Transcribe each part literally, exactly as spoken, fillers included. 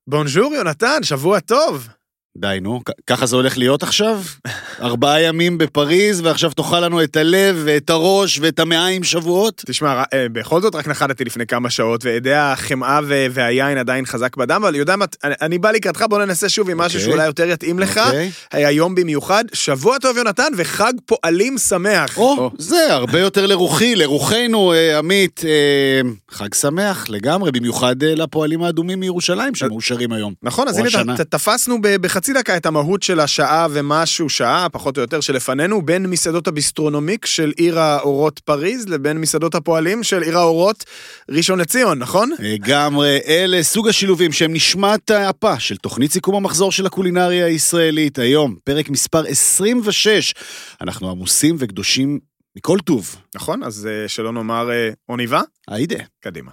בונז'ור יונתן, שבוע טוב. די, נו, ככה זה הולך להיות עכשיו? ארבעה ימים בפריז, ועכשיו תאכל לנו את הלב, ואת הראש, ואת המעיים שבועות? תשמע, בכל זאת רק נחדתי לפני כמה שעות, ועדי החמאה והיין עדיין חזק בדם, אבל יודע מה, אני בא לקראתך, בוא ננסה שוב עם משהו שאולי יותר יתאים לך, היום במיוחד, שבוע טוב יונתן, וחג פועלים שמח. או, זה הרבה יותר לרוחי, לרוחנו, עמית, חג שמח לגמרי, במיוחד לפועלים האדומים מירושלים, שמאושרים היום. נכון, אז הנה תפסנו בחצי דקה את המהות של השעה ומשהו, שעה, פחות או יותר, שלפנינו, בין מסעדות הביסטרונומיק של עיר האורות פריז, לבין מסעדות הפועלים של עיר האורות ראשון לציון, נכון? גמרי, אלה סוג השילובים שהם נשמת הפה של תוכנית סיכום המחזור של הקולינריה הישראלית. היום, פרק מספר עשרים ושש, אנחנו עמוסים וקדושים מכל טוב. נכון, אז שלא נאמר אוניבה? היידה. קדימה.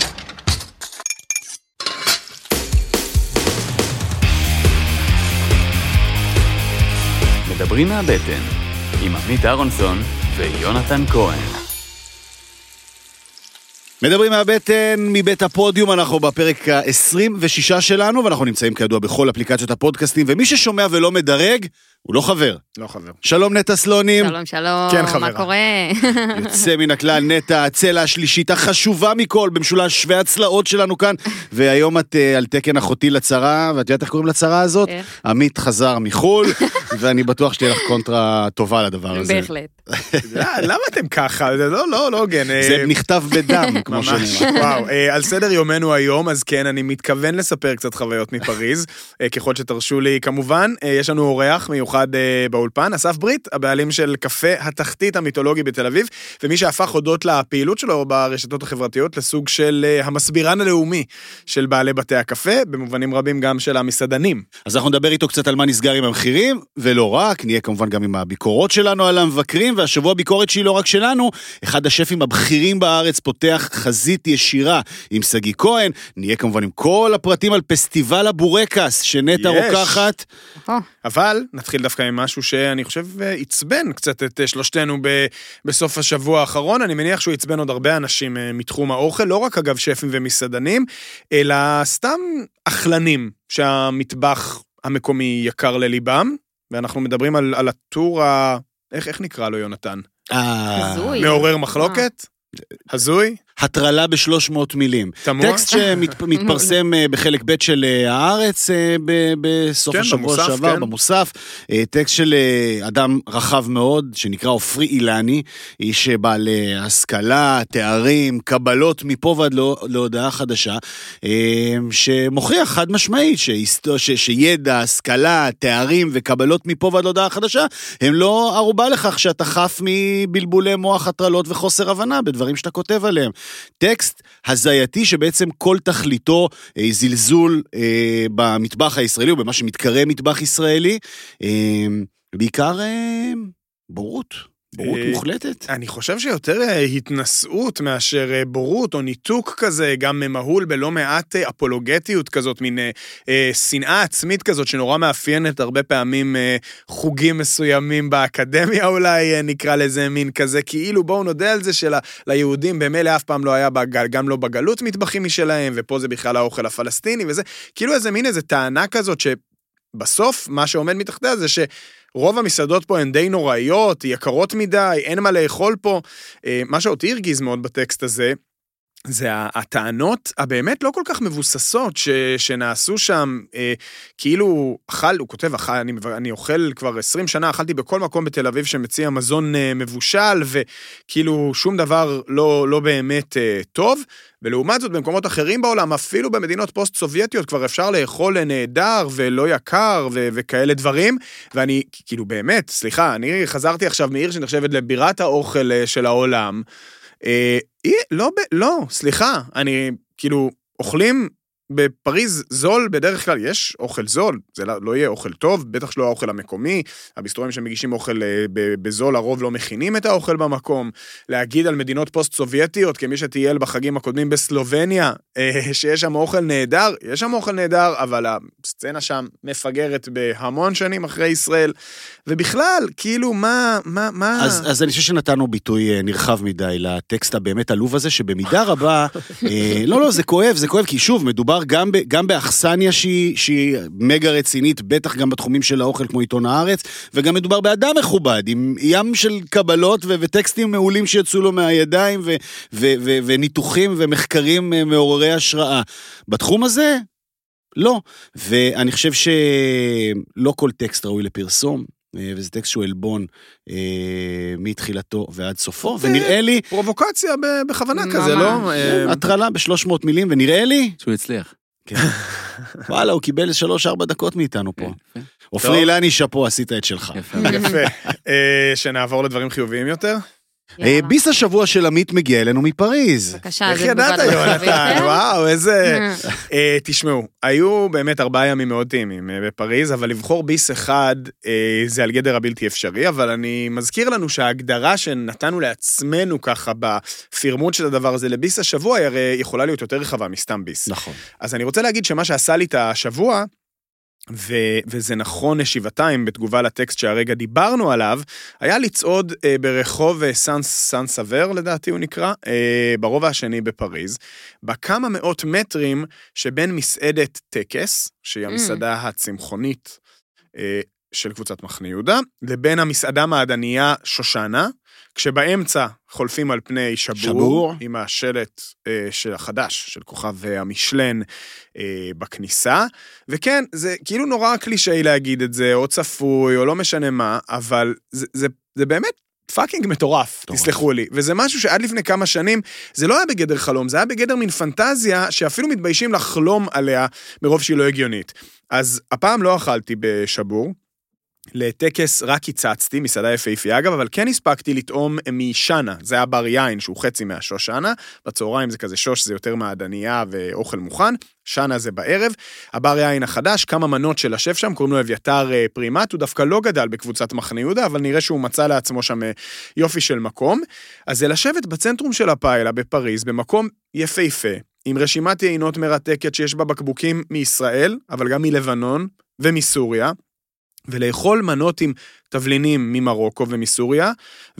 מדברים מהבטן, עם עמית אהרונסון ויונתן כהן. מדברים מהבטן, מבית הפודיום, אנחנו בפרק ה-עשרים ושש שלנו, ואנחנו נמצאים כידוע בכל אפליקציות הפודקאסטים, ומי ששומע ולא מדרג, הוא לא חבר. לא חבר. שלום נטע סלונים. שלום, שלום. כן, חברה. מה קורה? יוצא מן הכלל, נטע, הצלע השלישית החשובה מכל, במשולש שווה הצלעות שלנו כאן, והיום את uh, על תקן אחותי לצרה, ואת יודעת איך קוראים לצרה הזאת? איך? עמית חזר מחול, ואני בטוח שתהיה לך קונטרה טובה לדבר הזה. בהחלט. למה אתם ככה? זה לא, לא, לא, כן. זה נכתב בדם, כמו שנראה. וואו, על סדר יומנו היום, אז כן, אני מתכוון לספר קצת חוויות מפריז, ככל שתרשו לי, כמובן, יש לנו אורח מיוחד באולפן, אסף ברית, הבעלים של קפה התחתית המיתולוגי בתל אביב, ומי שהפך הודות לפעילות שלו ברשתות החברתיות לסוג של המסבירן הלאומי של בעלי בתי הקפה, במובנים רבים גם של המסעדנים. אז אנחנו נדבר איתו קצת על מה נסגר עם המחירים, ולא רק, נהיה כמובן גם עם הביקורות שלנו על המבקרים, והשבוע הביקורת שהיא לא רק שלנו, אחד השפים הבכירים בארץ פותח חזית ישירה עם סגי כהן, נהיה כמובן עם כל הפרטים על פסטיבל הבורקס, שנטע רוקחת. אבל נתחיל דווקא עם משהו שאני חושב יצבן קצת את שלושתנו ב- בסוף השבוע האחרון, אני מניח שהוא יצבן עוד הרבה אנשים מתחום האוכל, לא רק אגב שפים ומסעדנים, אלא סתם אכלנים שהמטבח המקומי יקר לליבם, ואנחנו מדברים על, על הטור ה... איך, איך נקרא לו יונתן? הזוי. מעורר מחלוקת? הזוי? הטרלה בשלוש מאות מילים. תמוע? טקסט שמתפרסם בחלק ב' של הארץ בסוף כן, השבוע במוסף, שעבר, כן. במוסף. טקסט של אדם רחב מאוד, שנקרא אופרי אילני, איש בעל השכלה, תארים, קבלות מפה ועד להודעה חדשה, שמוכיח חד משמעית ש- שידע, השכלה, תארים וקבלות מפה ועד להודעה חדשה, הם לא ערובה לכך שאתה חף מבלבולי מוח, הטרלות וחוסר הבנה בדברים שאתה כותב עליהם. טקסט הזייתי שבעצם כל תכליתו אה, זלזול אה, במטבח הישראלי, או במה שמתקרא מטבח ישראלי, אה, בעיקר אה, בורות, בורות אה, מוחלטת. אני חושב שיותר אה, התנסות מאשר אה, בורות או ניתוק כזה, גם ממהול בלא מעט אה, אפולוגטיות כזאת, מין אה, אה, שנאה עצמית כזאת, שנורא מאפיינת הרבה פעמים אה, חוגים מסוימים באקדמיה אולי, אה, נקרא לזה מין כזה, כאילו בואו נודה על זה שליהודים במילא אף פעם לא היה בגל, גם לא בגלות מטבחים משלהם, ופה זה בכלל האוכל הפלסטיני, וזה כאילו איזה מין איזה טענה כזאת, שבסוף מה שעומד מתחתיה זה ש... רוב המסעדות פה הן די נוראיות, יקרות מדי, אין מה לאכול פה. מה שאותי הרגיז מאוד בטקסט הזה, זה הטענות הבאמת לא כל כך מבוססות ש, שנעשו שם, אה, כאילו אכל, הוא כותב, אכל, אני, אני אוכל כבר עשרים שנה, אכלתי בכל מקום בתל אביב שמציע מזון אה, מבושל, וכאילו שום דבר לא, לא באמת אה, טוב, ולעומת זאת במקומות אחרים בעולם, אפילו במדינות פוסט-סובייטיות, כבר אפשר לאכול נהדר ולא יקר ו- וכאלה דברים, ואני כאילו באמת, סליחה, אני חזרתי עכשיו מעיר שנחשבת לבירת האוכל אה, של העולם, אה, לא, לא, סליחה, אני, כאילו, אוכלים בפריז זול, בדרך כלל יש אוכל זול, זה לא, לא יהיה אוכל טוב, בטח שלא האוכל המקומי, הביסטרואים שמגישים אוכל בזול, הרוב לא מכינים את האוכל במקום, להגיד על מדינות פוסט-סובייטיות, כמי שטייל בחגים הקודמים בסלובניה, שיש שם אוכל נהדר, יש שם אוכל נהדר, אבל הסצנה שם מפגרת בהמון שנים אחרי ישראל, ובכלל, כאילו, מה, מה, מה... אז, אז אני חושב שנתנו ביטוי נרחב מדי לטקסט הבאמת עלוב הזה, שבמידה רבה, אה, לא, לא, זה כואב, זה כואב, כי שוב, מדובר מדובר גם, ב, גם באכסניה שהיא, שהיא מגה רצינית, בטח גם בתחומים של האוכל כמו עיתון הארץ, וגם מדובר באדם מכובד, עם ים של קבלות ו, וטקסטים מעולים שיצאו לו מהידיים, ו, ו, ו, וניתוחים ומחקרים מעוררי השראה. בתחום הזה, לא. ואני חושב שלא כל טקסט ראוי לפרסום, וזה טקסט שהוא אלבון מתחילתו ועד סופו, ונראה לי... פרובוקציה בכוונה כזה, לא? הטרלה ב-שלוש מאות מילים, ונראה לי... שהוא הצליח. וואלה, הוא קיבל שלוש ארבע דקות מאיתנו פה. עופרי אילני, שפו, עשית את שלך. יפה. שנעבור לדברים חיוביים יותר? ביס השבוע של עמית מגיע אלינו מפריז. בבקשה, איך ידעת, יונתן? וואו, איזה... תשמעו, היו באמת ארבעה ימים מאוד טעימים בפריז, אבל לבחור ביס אחד זה על גדר הבלתי אפשרי, אבל אני מזכיר לנו שההגדרה שנתנו לעצמנו ככה בפירמות של הדבר הזה לביס השבוע, הרי יכולה להיות יותר רחבה מסתם ביס. נכון. אז אני רוצה להגיד שמה שעשה לי את השבוע, ו- וזה נכון לשבעתיים בתגובה לטקסט שהרגע דיברנו עליו, היה לצעוד אה, ברחוב אה, סנס, סנס סבר, לדעתי הוא נקרא, אה, ברובע השני בפריז, בכמה מאות מטרים שבין מסעדת טקס, שהיא המסעדה הצמחונית אה, של קבוצת מחנה יהודה, לבין המסעדה מעדניה שושנה, כשבאמצע חולפים על פני שבור, שבור. עם השלט אה, של החדש, של כוכב המשלן אה, בכניסה, וכן, זה כאילו נורא קלישאי להגיד את זה, או צפוי, או לא משנה מה, אבל זה, זה, זה באמת פאקינג מטורף, טוב. תסלחו לי, וזה משהו שעד לפני כמה שנים, זה לא היה בגדר חלום, זה היה בגדר מין פנטזיה, שאפילו מתביישים לחלום עליה, מרוב שהיא לא הגיונית. אז הפעם לא אכלתי בשבור, לטקס רק הצצתי, מסעדה יפהפייה אגב, אבל כן הספקתי לטעום משנה, זה היה בר יין שהוא חצי מהשושנה, בצהריים זה כזה שוש, זה יותר מעדניה ואוכל מוכן, שנה זה בערב, הבר יין החדש, כמה מנות של השף שם, קוראים לו אביתר פרימט, הוא דווקא לא גדל בקבוצת מחנה יהודה, אבל נראה שהוא מצא לעצמו שם יופי של מקום, אז זה לשבת בצנטרום של הפאילה בפריז, במקום יפהפה, עם רשימת טעינות מרתקת שיש בה בקבוקים מישראל, אבל גם מלבנון ומסוריה, ולאכול מנות עם תבלינים ממרוקו ומסוריה,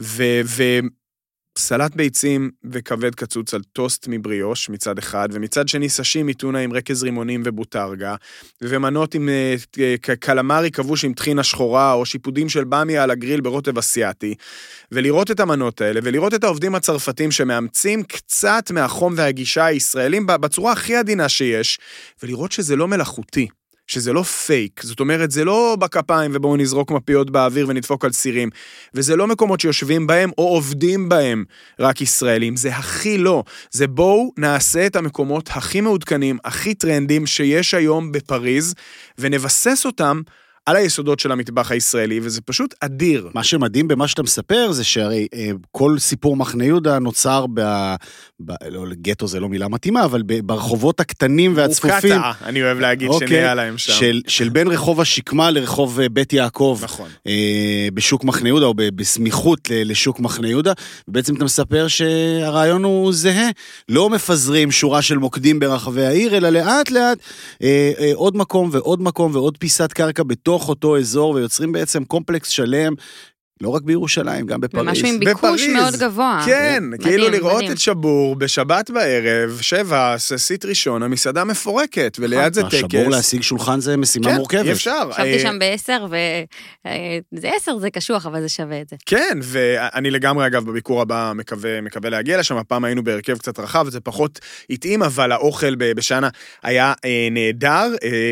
וסלט ביצים וכבד קצוץ על טוסט מבריאוש מצד אחד, ומצד שני סשים מיטונה עם רקז רימונים ובוטרגה, ומנות עם קלמרי כבוש עם טחינה שחורה, או שיפודים של במיה על הגריל ברוטב אסיאתי, ולראות את המנות האלה, ולראות את העובדים הצרפתים שמאמצים קצת מהחום והגישה הישראלים, בצורה הכי עדינה שיש, ולראות שזה לא מלאכותי. שזה לא פייק, זאת אומרת, זה לא בכפיים ובואו נזרוק מפיות באוויר ונדפוק על סירים, וזה לא מקומות שיושבים בהם או עובדים בהם רק ישראלים, זה הכי לא, זה בואו נעשה את המקומות הכי מעודכנים, הכי טרנדים שיש היום בפריז, ונבסס אותם על היסודות של המטבח הישראלי, וזה פשוט אדיר. מה שמדהים במה שאתה מספר, זה שהרי אה, כל סיפור מחנה יהודה נוצר ב... ב לא, גטו זה לא מילה מתאימה, אבל ב, ברחובות הקטנים והצפופים. הוא קטע, אני אוהב להגיד אוקיי, שנהיה להם שם. של, של בין רחוב השקמה לרחוב בית יעקב. נכון. אה, בשוק מחנה יהודה, או ב, בסמיכות לשוק מחנה יהודה, ובעצם אתה מספר שהרעיון הוא זהה. לא מפזרים שורה של מוקדים ברחבי העיר, אלא לאט לאט אה, אה, עוד מקום ועוד מקום ועוד פיסת קרקע בתוך אותו אזור, ויוצרים בעצם קומפלקס שלם, לא רק בירושלים, גם בפריז. ומשהו עם ביקוש מאוד גבוה. כן, כאילו לראות את שבור בשבת בערב, שבע, ססית ראשון, המסעדה מפורקת, וליד זה טקס. השבור להשיג שולחן זה משימה מורכבת. כן, אפשר. חשבתי שם בעשר, וזה עשר זה קשוח, אבל זה שווה את זה. כן, ואני לגמרי, אגב, בביקור הבא מקווה להגיע לשם, הפעם היינו בהרכב קצת רחב, זה פחות התאים, אבל האוכל בשנה היה נהדר,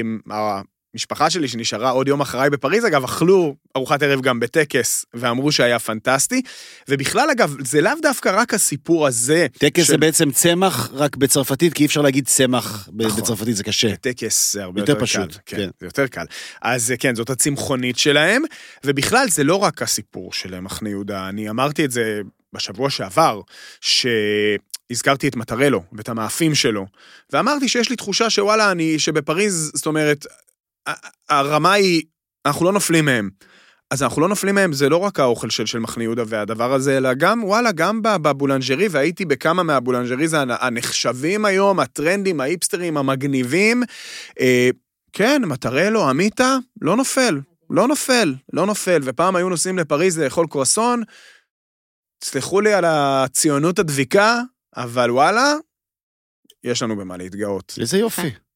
משפחה שלי שנשארה עוד יום אחריי בפריז, אגב, אכלו ארוחת ערב גם בטקס, ואמרו שהיה פנטסטי, ובכלל, אגב, זה לאו דווקא רק הסיפור הזה. טקס של... זה בעצם צמח רק בצרפתית, כי אי אפשר להגיד צמח נכון. בצרפתית, זה קשה. טקס זה הרבה יותר, יותר פשוט, קל. כן, כן. זה יותר קל. אז כן, זאת הצמחונית שלהם, ובכלל, זה לא רק הסיפור של מחנה יהודה, אני אמרתי את זה בשבוע שעבר, ש... הזכרתי את מטרלו ואת המאפים שלו, ואמרתי שיש לי תחושה שוואלה, אני, שבפריז, זאת אומרת, הרמה היא, אנחנו לא נופלים מהם. אז אנחנו לא נופלים מהם, זה לא רק האוכל של, של מחנה יהודה והדבר הזה, אלא גם, וואלה, גם בבולנג'רי, והייתי בכמה מהבולנג'רי, זה הנחשבים היום, הטרנדים, האיפסטרים, המגניבים. אה, כן, מטרלו, אמיתה, לא נופל, לא נופל, לא נופל. ופעם היו נוסעים לפריז לאכול קרואסון, סלחו לי על הציונות הדביקה, אבל וואלה, יש לנו במה להתגאות. איזה יופי.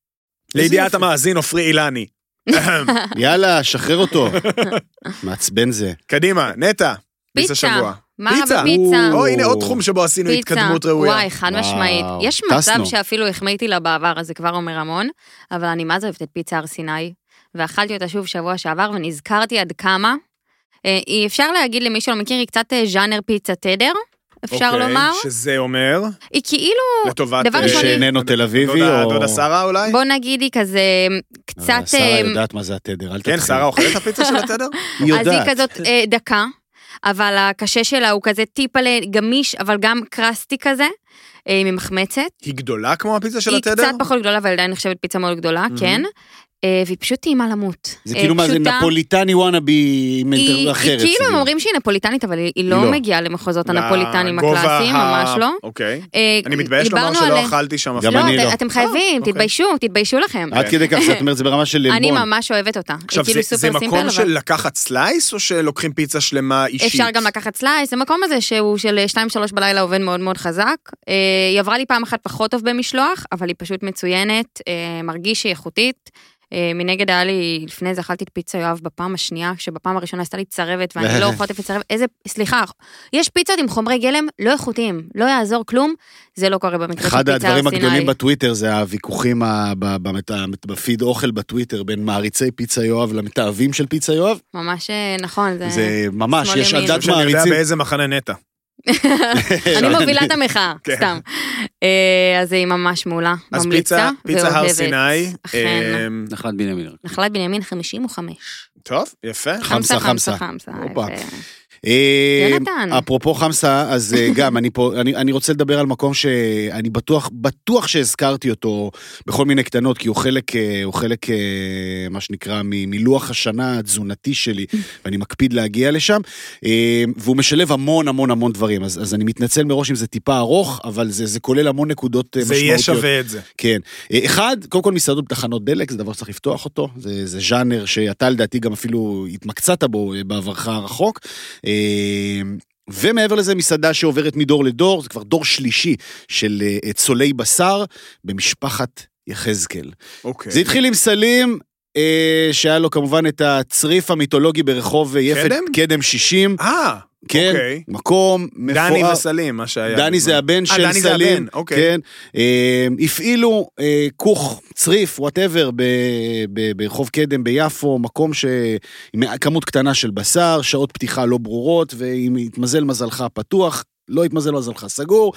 לידיעת המאזין, עופרי אילני. יאללה, שחרר אותו. מעצבן זה. קדימה, נטע. פיצה. שבוע. מה בפיצה? או, הנה עוד תחום שבו עשינו התקדמות ראויה. וואי, חד משמעית. יש מצב שאפילו החמאתי לה בעבר, אז זה כבר אומר המון, אבל אני מה זה אוהבת את פיצה הר סיני, ואכלתי אותה שוב שבוע שעבר, ונזכרתי עד כמה. היא אפשר להגיד למי שלא מכיר, היא קצת ז'אנר פיצה תדר, אפשר לומר. שזה אומר? היא כאילו... לטובת... דבר ראשון... שאיננו תל אביבי, או... דודה שרה אולי? בוא נגיד היא כזה קצת... שרה יודעת מה זה התדר, אל תתחיל. כן, שרה אוכלת הפפיצה של התדר? היא יודעת. אז היא כזאת דקה, אבל הקשה שלה הוא כזה טיפה גמיש, אבל גם קרסטי כזה, ממחמצת. היא גדולה כמו הפיצה של התדר? היא קצת פחות גדולה, אבל עדיין נחשבת פיצה מאוד גדולה, כן. והיא פשוט טעימה למות. זה כאילו מה זה נפוליטני וואנאבי מנטר אחרת. היא כאילו הם אומרים שהיא נפוליטנית, אבל היא לא מגיעה למחוזות הנפוליטנים הקלאסיים, ממש לא. אוקיי. אני מתבייש לומר שלא אכלתי שם אפילו. לא, אתם חייבים, תתביישו, תתביישו לכם. עד כדי כך, זאת אומרת, זה ברמה של ללבון. אני ממש אוהבת אותה. עכשיו, זה מקום של לקחת סלייס, או שלוקחים פיצה שלמה אישית? אפשר גם לקחת סלייס, זה מקום הזה שהוא של שתיים שלוש בלילה עובד מאוד מאוד חזק. היא עברה לי פעם אחת פחות טוב במשלוח, אבל היא פשוט מצוינת, מרגיש שהיא איכותית. מנגד היה לי, לפני זה אכלתי את פיצה יואב בפעם השנייה, כשבפעם הראשונה עשתה לי צרבת, ואני לא אוכלת את צרבת, איזה, סליחה, יש פיצות עם חומרי גלם לא איכותיים, לא יעזור כלום, זה לא קורה במקרה של פיצה הר סיני. אחד הדברים הגדולים בטוויטר, זה הוויכוחים בפיד אוכל בטוויטר, בין מעריצי פיצה יואב למתאהבים של פיצה יואב. ממש נכון, זה... זה ממש, יש עדת מעריצים. שאני יודע באיזה מחנה נטע. אני מובילה את המחאה, סתם. אז היא ממש מעולה, ממליצה. אז פיצה הר סיני. נחלת בנימין. נחלת בנימין חמישים וחמש. טוב, יפה. חמסה, חמסה. חמסה, יונתן. אפרופו חמסה, אז גם אני פה, אני רוצה לדבר על מקום שאני בטוח, בטוח שהזכרתי אותו בכל מיני קטנות, כי הוא חלק, הוא חלק, מה שנקרא, מלוח השנה התזונתי שלי, ואני מקפיד להגיע לשם, והוא משלב המון המון המון דברים, אז, אז אני מתנצל מראש אם זה טיפה ארוך, אבל זה, זה כולל המון נקודות זה משמעותיות. יהיה שווה את זה. כן. אחד, קודם כל מסעדות בתחנות דלק, זה דבר שצריך לפתוח אותו, זה, זה ז'אנר שאתה לדעתי גם אפילו התמקצת בו בעברך הרחוק, ומעבר לזה מסעדה שעוברת מדור לדור, זה כבר דור שלישי של צולי בשר במשפחת יחזקאל. אוקיי. זה התחיל עם סלים, שהיה לו כמובן את הצריף המיתולוגי ברחוב יפת קדם שישים. אה, כן, אוקיי. מקום מפואר. דני וסלים, מה שהיה. דני זה הבן של דני סלים. זה הבן, אוקיי. כן. הפעילו כוך, צריף, whatever, ברחוב קדם ביפו, מקום עם כמות קטנה של בשר, שעות פתיחה לא ברורות, ואם יתמזל מזלך פתוח, לא יתמזל מזלך סגור.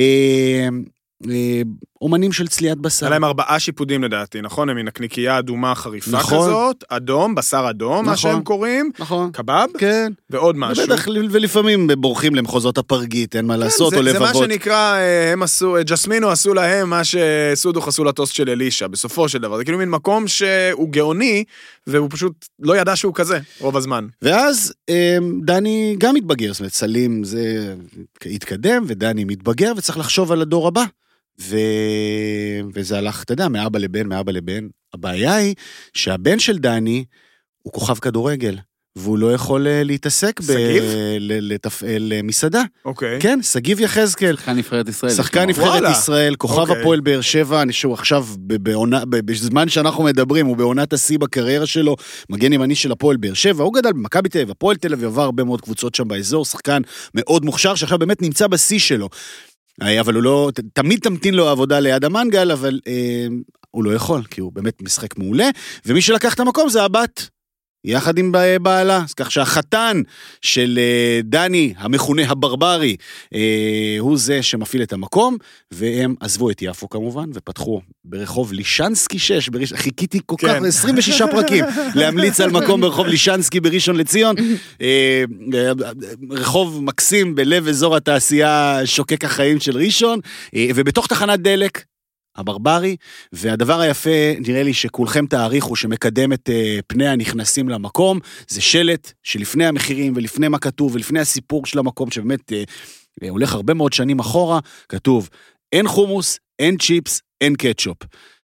אומנים של צליית בשר. היה להם ארבעה שיפודים לדעתי, נכון? הם מן הקניקייה אדומה חריפה כזאת, אדום, בשר אדום, מה שהם קוראים, קבב, ועוד משהו. ולפעמים בורחים למחוזות הפרגית, אין מה לעשות, או לבבות. זה מה שנקרא, הם עשו, ג'סמינו עשו להם מה שסודוך עשו לטוסט של אלישה, בסופו של דבר. זה כאילו מין מקום שהוא גאוני, והוא פשוט לא ידע שהוא כזה, רוב הזמן. ואז דני גם מתבגר, זאת אומרת, סלים זה התקדם, ודני מתבגר, וצריך לחשוב על הדור הבא. ו... וזה הלך, אתה יודע, מאבא לבן, מאבא לבן. הבעיה היא שהבן של דני הוא כוכב כדורגל, והוא לא יכול להתעסק סגיב? ב... לתפעל מסעדה. אוקיי. כן, סגיב יחזקאל. שחקן נבחרת ישראל. שחקן נבחרת ישראל, כוכב אוקיי. הפועל באר שבע, אני שהוא עכשיו, בעונה, בזמן שאנחנו מדברים, הוא בעונת השיא בקריירה שלו, מגן ימני של הפועל באר שבע, הוא גדל במכבי תל אביב, הפועל תל אביב, עבר הרבה מאוד קבוצות שם באזור, שחקן מאוד מוכשר, שעכשיו באמת נמצא בשיא שלו. אבל הוא לא, תמיד תמתין לו עבודה ליד המנגל, אבל אה, הוא לא יכול, כי הוא באמת משחק מעולה, ומי שלקח את המקום זה הבת, יחד עם בעלה, אז כך שהחתן של אה, דני, המכונה הברברי, אה, הוא זה שמפעיל את המקום, והם עזבו את יפו כמובן, ופתחו ברחוב לישנסקי שש, בראש... חיכיתי כל כך, עשרים ושישה פרקים, להמליץ על מקום ברחוב לישנסקי בראשון לציון, אה, אה, רחוב מקסים בלב אזור התעשייה שוקק החיים של ראשון, אה, ובתוך תחנת דלק, הברברי, והדבר היפה, נראה לי שכולכם תאריכו שמקדם את uh, פני הנכנסים למקום, זה שלט שלפני המחירים ולפני מה כתוב ולפני הסיפור של המקום, שבאמת uh, הולך הרבה מאוד שנים אחורה, כתוב, אין חומוס, אין צ'יפס, אין קטשופ.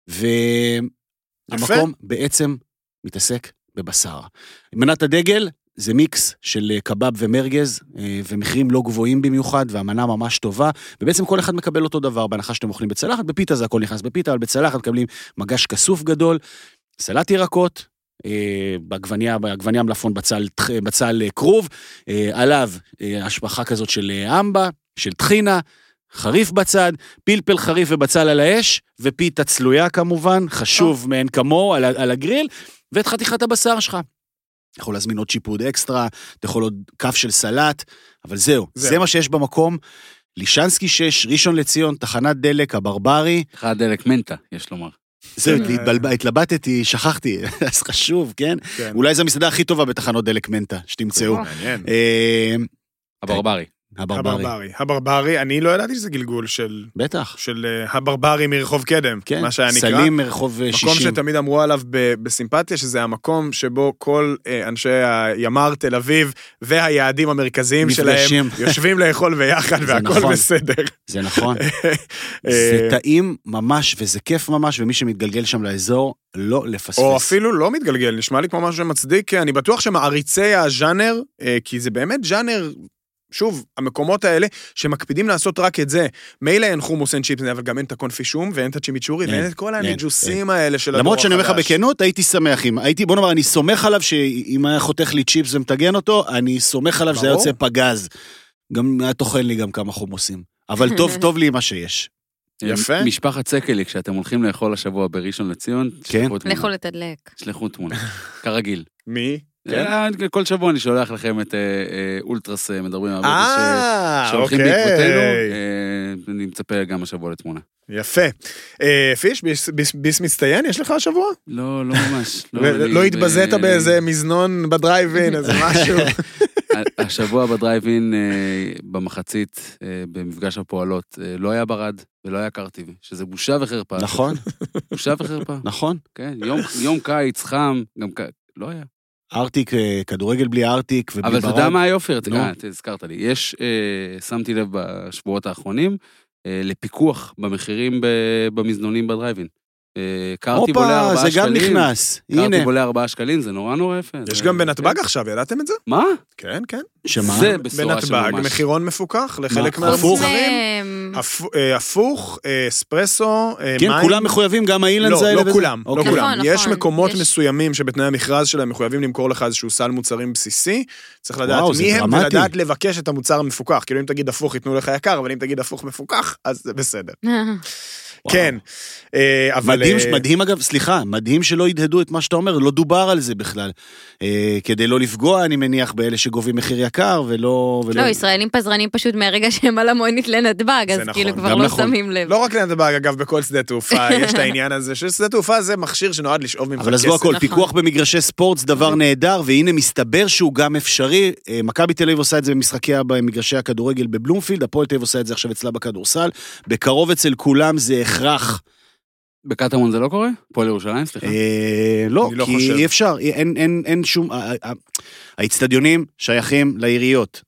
והמקום בעצם מתעסק בבשר. מנת הדגל, זה מיקס של קבב ומרגז, ומחירים לא גבוהים במיוחד, והמנה ממש טובה, ובעצם כל אחד מקבל אותו דבר, בהנחה שאתם אוכלים בצלחת, בפיתה זה הכל נכנס בפיתה, אבל בצלחת מקבלים מגש כסוף גדול, סלט ירקות, בעגבניה, בעגבניה מלפון בצל, בצל כרוב, עליו השפחה כזאת של אמבה, של טחינה, חריף בצד, פלפל חריף ובצל על האש, ופיתה צלויה כמובן, חשוב מעין כמו על, על הגריל, ואת חתיכת הבשר שלך. אתה יכול להזמין עוד שיפוד אקסטרה, אתה יכול עוד כף של סלט, אבל זהו, זה, זה מה שיש במקום. לישנסקי שש, ראשון לציון, תחנת דלק, הברברי. תחנת דלק מנטה, יש לומר. זהו, התלבטתי, שכחתי, אז חשוב, כן? אולי זו המסעדה הכי טובה בתחנות דלק מנטה, שתמצאו. הברברי. הברברי. הברברי, אני לא ידעתי שזה גלגול של... בטח. של הברברי מרחוב קדם, כן. מה שהיה נקרא. סלים מרחוב שישים. מקום שתמיד אמרו עליו בסימפתיה, שזה המקום שבו כל אנשי הימ"ר תל אביב והיעדים המרכזיים שלהם יושבים לאכול ביחד והכל בסדר. זה נכון. זה טעים ממש וזה כיף ממש, ומי שמתגלגל שם לאזור לא לפספס. או אפילו לא מתגלגל, נשמע לי כמו משהו שמצדיק, אני בטוח שמעריצי הז'אנר, כי זה באמת ז'אנר, שוב, המקומות האלה שמקפידים לעשות רק את זה, מילא אין חומוס, אין צ'יפס, אבל גם אין את הקונפישום ואין את הצ'ימיצ'ורי, ואין את כל הניג'וסים האלה של הדור החדש. למרות שאני אומר לך בכנות, הייתי שמח, הייתי, בוא נאמר, אני סומך עליו שאם היה חותך לי צ'יפס ומתגן אותו, אני סומך עליו שזה יוצא פגז. גם היה תאכל לי גם כמה חומוסים. אבל טוב, טוב לי מה שיש. יפה. משפחת סקלי, כשאתם הולכים לאכול השבוע בראשון לציון, לאכול לתדלק. שלחו תמונה, כרגיל. מי? כל שבוע אני שולח לכם את אולטרס, מדברים על הבטח שהולכים בעקבותינו, אני מצפה גם השבוע לתמונה. יפה. פיש, ביס מצטיין, יש לך השבוע? לא, לא ממש. לא התבזית באיזה מזנון בדרייבין, איזה משהו. השבוע בדרייבין, במחצית, במפגש הפועלות, לא היה ברד ולא היה קרטיבי, שזה בושה וחרפה. נכון. בושה וחרפה. נכון. כן, יום קיץ, חם, גם לא היה. ארטיק, כדורגל בלי ארטיק ובלי ברד. אבל אתה יודע מה היופי, הזכרת לי, יש, שמתי לב בשבועות האחרונים, לפיקוח במחירים במזנונים בדרייבין. קרטיב עולה ארבעה שקלים. זה גם נכנס, הנה. קרטיב עולה ארבעה שקלים, זה נורא נורא יפה. יש גם בנתב"ג עכשיו, ידעתם את זה? מה? כן, כן. שמה? זה בשורה של ממש. בנתב"ג, מחירון מפוקח לחלק מהמוצרים. הפוך, אספרסו, מים. כן, כולם מחויבים, גם האילנס האלה. לא, לא כולם, לא כולם. יש מקומות מסוימים שבתנאי המכרז שלהם מחויבים למכור לך איזשהו סל מוצרים בסיסי, צריך לדעת מי הם ולדעת לבקש את המוצר המפוקח. כאילו אם תגיד הפוך, ייתנו לך יקר, אבל אם תגיד הפוך מפוקח, אז זה בסדר. כן, אבל... מדהים, מדהים אגב, סליחה, מדהים שלא ידהדו את מה שאתה אומר, לא דובר על זה בכלל. כדי לא לפגוע, אני מניח, באלה שגובים מחיר יקר, ולא... לא, ישראלים פזרנים פשוט מהרגע שהם על המונית לנתב"ג, אז כאילו כבר לא שמים לב. לא רק לנתב"ג, אגב, בכל שדה תעופה, יש את העניין הזה, ששדה תעופה זה מכשיר שנועד לשאוב ממך כסף. אבל אז בוא הכל, פיקוח במגרשי ספורט זה דבר נהדר, והנה מסתבר שהוא גם אפשרי. מכבי תל אביב עושה את זה במשחקי במגרשי הכדורגל בבלומפילד, הפועל תל אביב עושה את זה עכשיו אצלה בכדורסל. בקרוב אצל כולם זה הכרח. בקטמון זה לא קורה? פועל ירושלים, סליחה? לא, כי אי אפשר, אין שום... האצטדיונים שייכים לעיריות.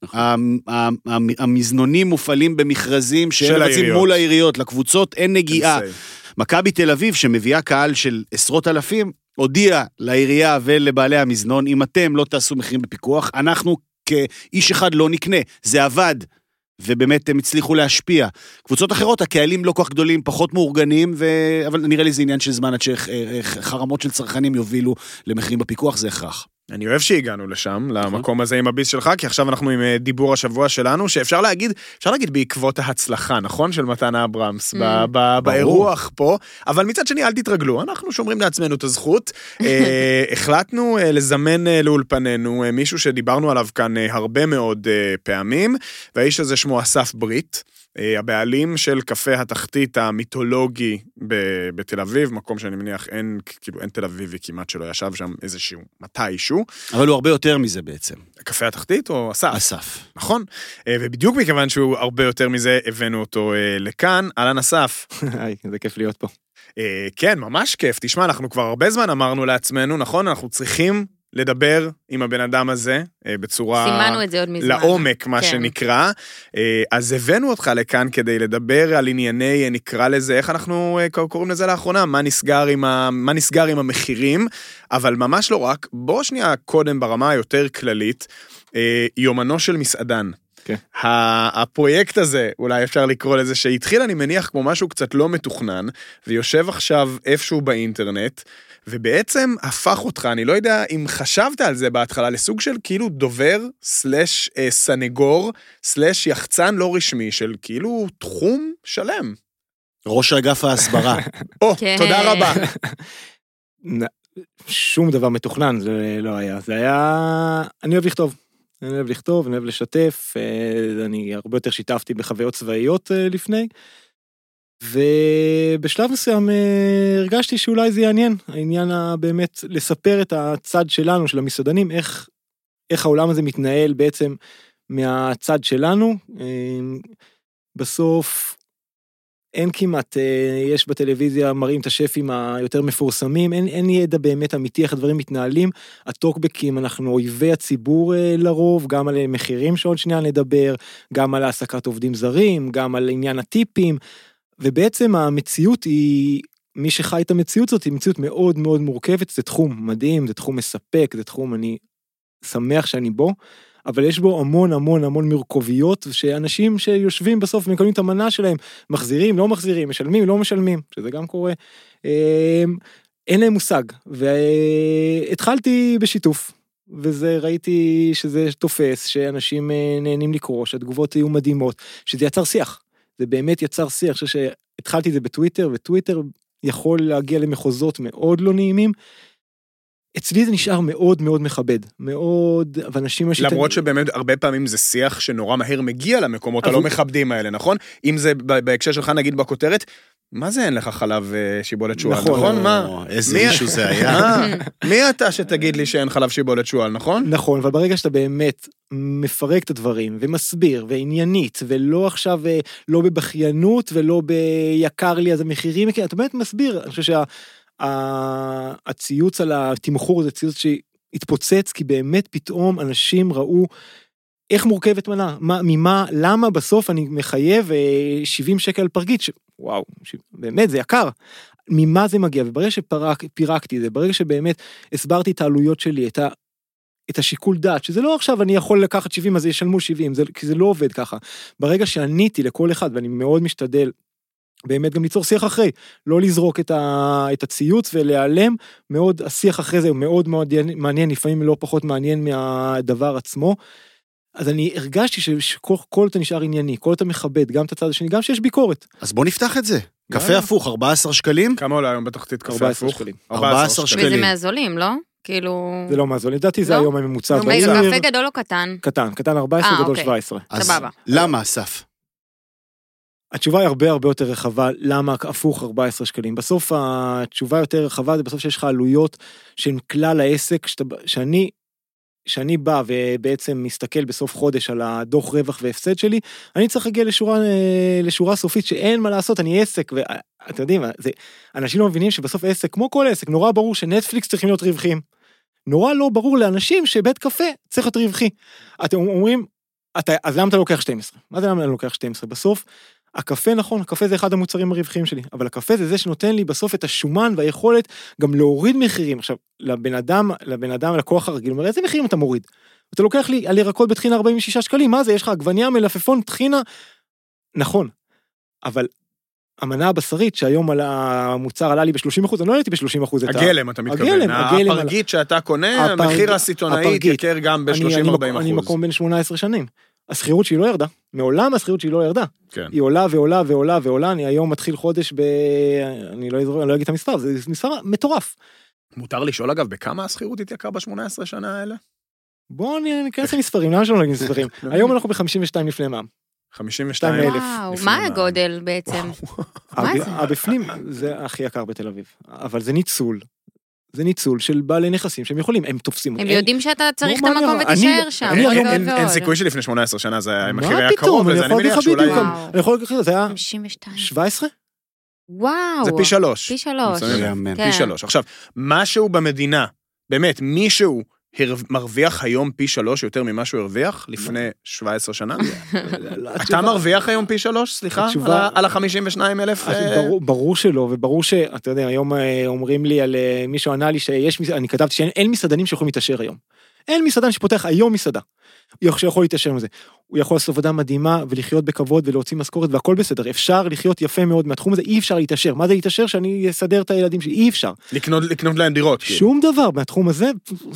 המזנונים מופעלים במכרזים שהם מבצעים מול העיריות, לקבוצות אין נגיעה. מכבי תל אביב, שמביאה קהל של עשרות אלפים, הודיע לעירייה ולבעלי המזנון, אם אתם לא תעשו מחירים בפיקוח, אנחנו כאיש אחד לא נקנה, זה עבד. ובאמת הם הצליחו להשפיע. קבוצות אחרות, הקהלים לא כל כך גדולים, פחות מאורגנים, ו... אבל נראה לי זה עניין של זמן עד שחרמות של צרכנים יובילו למחירים בפיקוח, זה הכרח. אני אוהב שהגענו לשם, למקום הזה עם הביס שלך, כי עכשיו אנחנו עם דיבור השבוע שלנו, שאפשר להגיד, אפשר להגיד בעקבות ההצלחה, נכון? של מתן אברהמס, באירוח פה, אבל מצד שני, אל תתרגלו, אנחנו שומרים לעצמנו את הזכות, החלטנו לזמן לאולפנינו מישהו שדיברנו עליו כאן הרבה מאוד פעמים, והאיש הזה שמו אסף ברית, הבעלים של קפה התחתית המיתולוגי בתל אביב, מקום שאני מניח אין, כאילו אין תל אביבי כמעט שלא ישב שם איזשהו מתישהו. אבל הוא הרבה יותר מזה בעצם. קפה התחתית או אסף? אסף. נכון. ובדיוק מכיוון שהוא הרבה יותר מזה, הבאנו אותו לכאן. אהלן אסף. היי, זה כיף להיות פה. כן, ממש כיף. תשמע, אנחנו כבר הרבה זמן אמרנו לעצמנו, נכון? אנחנו צריכים לדבר עם הבן אדם הזה, בצורה... סימנו את זה עוד מזמן. לעומק, מה כן. שנקרא. אז הבאנו אותך לכאן כדי לדבר על ענייני, נקרא לזה, איך אנחנו קוראים לזה לאחרונה, מה נסגר עם, ה... מה נסגר עם המחירים, אבל ממש לא רק, בוא שנייה קודם ברמה היותר כללית, יומנו של מסעדן. כן. הפרויקט הזה, אולי אפשר לקרוא לזה, שהתחיל, אני מניח, כמו משהו קצת לא מתוכנן, ויושב עכשיו איפשהו באינטרנט, ובעצם הפך אותך, אני לא יודע אם חשבת על זה בהתחלה, לסוג של כאילו דובר, סלש אה, סנגור, סלש יחצן לא רשמי, של כאילו תחום שלם. ראש אגף ההסברה. או, כן. תודה רבה. שום דבר מתוכנן, זה לא היה. זה היה... אני אוהב לכתוב. אני אוהב לכתוב, אני אוהב לשתף, אני הרבה יותר שיתפתי בחוויות צבאיות לפני, ובשלב מסוים הרגשתי שאולי זה יעניין, העניין באמת לספר את הצד שלנו, של המסעדנים, איך, איך העולם הזה מתנהל בעצם מהצד שלנו. בסוף אין כמעט, יש בטלוויזיה, מראים את השפים היותר מפורסמים, אין, אין ידע באמת אמיתי איך הדברים מתנהלים, הטוקבקים, אנחנו אויבי הציבור לרוב, גם על מחירים שעוד שנייה נדבר, גם על העסקת עובדים זרים, גם על עניין הטיפים, ובעצם המציאות היא, מי שחי את המציאות הזאת, היא מציאות מאוד מאוד מורכבת, זה תחום מדהים, זה תחום מספק, זה תחום אני שמח שאני בו, אבל יש בו המון המון המון מורכבויות, שאנשים שיושבים בסוף מקבלים את המנה שלהם, מחזירים, לא מחזירים, משלמים, לא משלמים, שזה גם קורה, אין להם מושג, והתחלתי בשיתוף, וזה ראיתי שזה תופס, שאנשים נהנים לקרוא, שהתגובות היו מדהימות, שזה יצר שיח, זה באמת יצר שיח, אני חושב שהתחלתי את זה בטוויטר, וטוויטר יכול להגיע למחוזות מאוד לא נעימים, אצלי זה נשאר מאוד מאוד מכבד, מאוד, ואנשים... למרות שבאמת הרבה פעמים זה שיח שנורא מהר מגיע למקומות הלא מכבדים האלה, נכון? אם זה בהקשר שלך נגיד בכותרת, מה זה אין לך חלב שיבולת שואל, נכון? מה? איזה מישהו זה היה? מי אתה שתגיד לי שאין חלב שיבולת שואל, נכון? נכון, אבל ברגע שאתה באמת מפרק את הדברים, ומסביר, ועניינית, ולא עכשיו, לא בבחיינות, ולא ביקר לי, אז המחירים, אתה באמת מסביר, אני חושב שה... הציוץ על התמחור זה ציוץ שהתפוצץ, כי באמת פתאום אנשים ראו איך מורכבת מנה, מה, ממה, למה בסוף אני מחייב שבעים שקל פרגית, ש... וואו, באמת זה יקר, ממה זה מגיע, וברגע שפירקתי זה, ברגע שבאמת הסברתי את העלויות שלי, את, ה... את השיקול דעת, שזה לא עכשיו אני יכול לקחת שבעים, אז ישלמו שבעים, זה... כי זה לא עובד ככה, ברגע שעניתי לכל אחד, ואני מאוד משתדל, באמת גם ליצור שיח אחרי, לא לזרוק את, ה, את הציוץ ולהיעלם, מאוד, השיח אחרי זה הוא מאוד מאוד מעניין, לפעמים לא פחות מעניין מהדבר עצמו, אז אני הרגשתי שכל אתה נשאר ענייני, כל אתה מכבד, גם את הצד השני, גם שיש ביקורת. אז בוא נפתח את זה, קפה הפוך, ארבעה עשר שקלים? כמה עולה היום בתחתית קפה הפוך? ארבעה עשר שקלים. וזה מהזולים, לא? כאילו... זה לא מהזולים, לדעתי זה היום הממוצע. קפה גדול או קטן? קטן, קטן ארבע עשרה, גדול שבע עשרה. סבבה. למה, אסף? התשובה היא הרבה הרבה יותר רחבה, למה הפוך ארבעה עשר שקלים. בסוף התשובה יותר רחבה, זה בסוף שיש לך עלויות שהן כלל העסק, שאתה, שאני, שאני בא ובעצם מסתכל בסוף חודש על הדוח רווח והפסד שלי, אני צריך להגיע לשורה, לשורה סופית שאין מה לעשות, אני עסק, ואתם יודעים, זה, אנשים לא מבינים שבסוף עסק, כמו כל עסק, נורא ברור שנטפליקס צריכים להיות רווחים. נורא לא ברור לאנשים שבית קפה צריך להיות רווחי. אתם אומרים, אתה, אז למה אתה לוקח שתים עשרה? מה זה למה אני לוקח שתים עשרה? בסוף, הקפה נכון, הקפה זה אחד המוצרים הרווחיים שלי, אבל הקפה זה זה שנותן לי בסוף את השומן והיכולת גם להוריד מחירים. עכשיו, לבן אדם, לבן אדם, לקוח הרגיל, אומר, איזה מחירים אתה מוריד? אתה לוקח לי על ירקות בתחינה ארבעים ושישה שקלים, מה זה? יש לך עגבניה, מלפפון, תחינה? נכון, אבל המנה הבשרית שהיום על המוצר עלה לי ב-שלושים אחוז, אני לא הייתי ב-שלושים אחוז. הגלם, אתה מתכוון. הפרגית שאתה קונה, המחיר הסיטונאי יקר גם ב-שלושים ארבעים אחוז. אני מקום בין שמונה עשרה שנים. הסחירות שהיא לא ירדה, מעולם הסחירות שהיא לא ירדה. כן. היא עולה ועולה ועולה ועולה, אני היום מתחיל חודש ב... אני לא, אני לא אגיד את המספר, זה מספר מטורף. מותר לשאול אגב, בכמה הסחירות התייקר ב-שמונה עשרה שנה האלה? בואו ניכנס למספרים, למה שלא נגיד מספרים? היום אנחנו ב-חמישים ושתיים לפני מע"מ. חמישים ושתיים אלף. וואו, מה הגודל בעצם? מה זה? הבפנים זה הכי יקר בתל אביב, אבל זה ניצול. זה ניצול של בעלי נכסים שהם יכולים, הם תופסים. הם יודעים שאתה צריך את המקום ותישאר שם. אין סיכוי שלפני שמונה עשרה שנה המחיר היה מה קרוב, פתאום? אז אני מניח שאולי... אני יכול להגיד לך, זה היה... חמישים ושתיים. שבע עשרה? וואו. זה פי שלוש. פי שלוש. פי שלוש. עכשיו, משהו במדינה, באמת, מישהו מרוויח היום פי שלוש יותר ממה שהוא הרוויח לפני שבע עשרה שנה? אתה מרוויח היום פי שלוש, סליחה? על ה-חמישים ושניים אלף? ברור שלא, וברור שאתה יודע, היום אומרים לי על מישהו ענה לי שיש, אני כתבתי שאין מסעדנים שיכולים להתאשר היום. אין מסעדן שפותח היום מסעדה. הוא שיכול להתאשר עם זה. הוא יכול לעשות עבודה מדהימה ולחיות בכבוד ולהוציא משכורת והכל בסדר. אפשר לחיות יפה מאוד מהתחום הזה, אי אפשר להתאשר. מה זה להתאשר? שאני אסדר את הילדים שלי, אי אפשר. לקנות, לקנות להם דירות. שום דבר מהתחום הזה.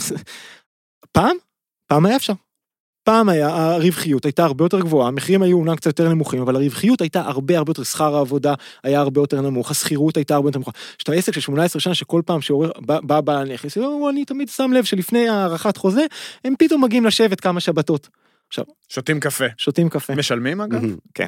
פעם? פעם היה אפשר. פעם היה, הרווחיות הייתה הרבה יותר גבוהה, המחירים היו אומנם קצת יותר נמוכים, אבל הרווחיות הייתה הרבה הרבה יותר, שכר העבודה היה הרבה יותר נמוך, השכירות הייתה הרבה יותר נמוכה. שאתה עסק של שמונה עשרה שנה שכל פעם שבא בעל הנכס, אני תמיד שם לב שלפני הערכת חוזה, הם פתאום מגיעים לשבת כמה שבתות. עכשיו, שותים קפה. שותים קפה. משלמים אגב? כן.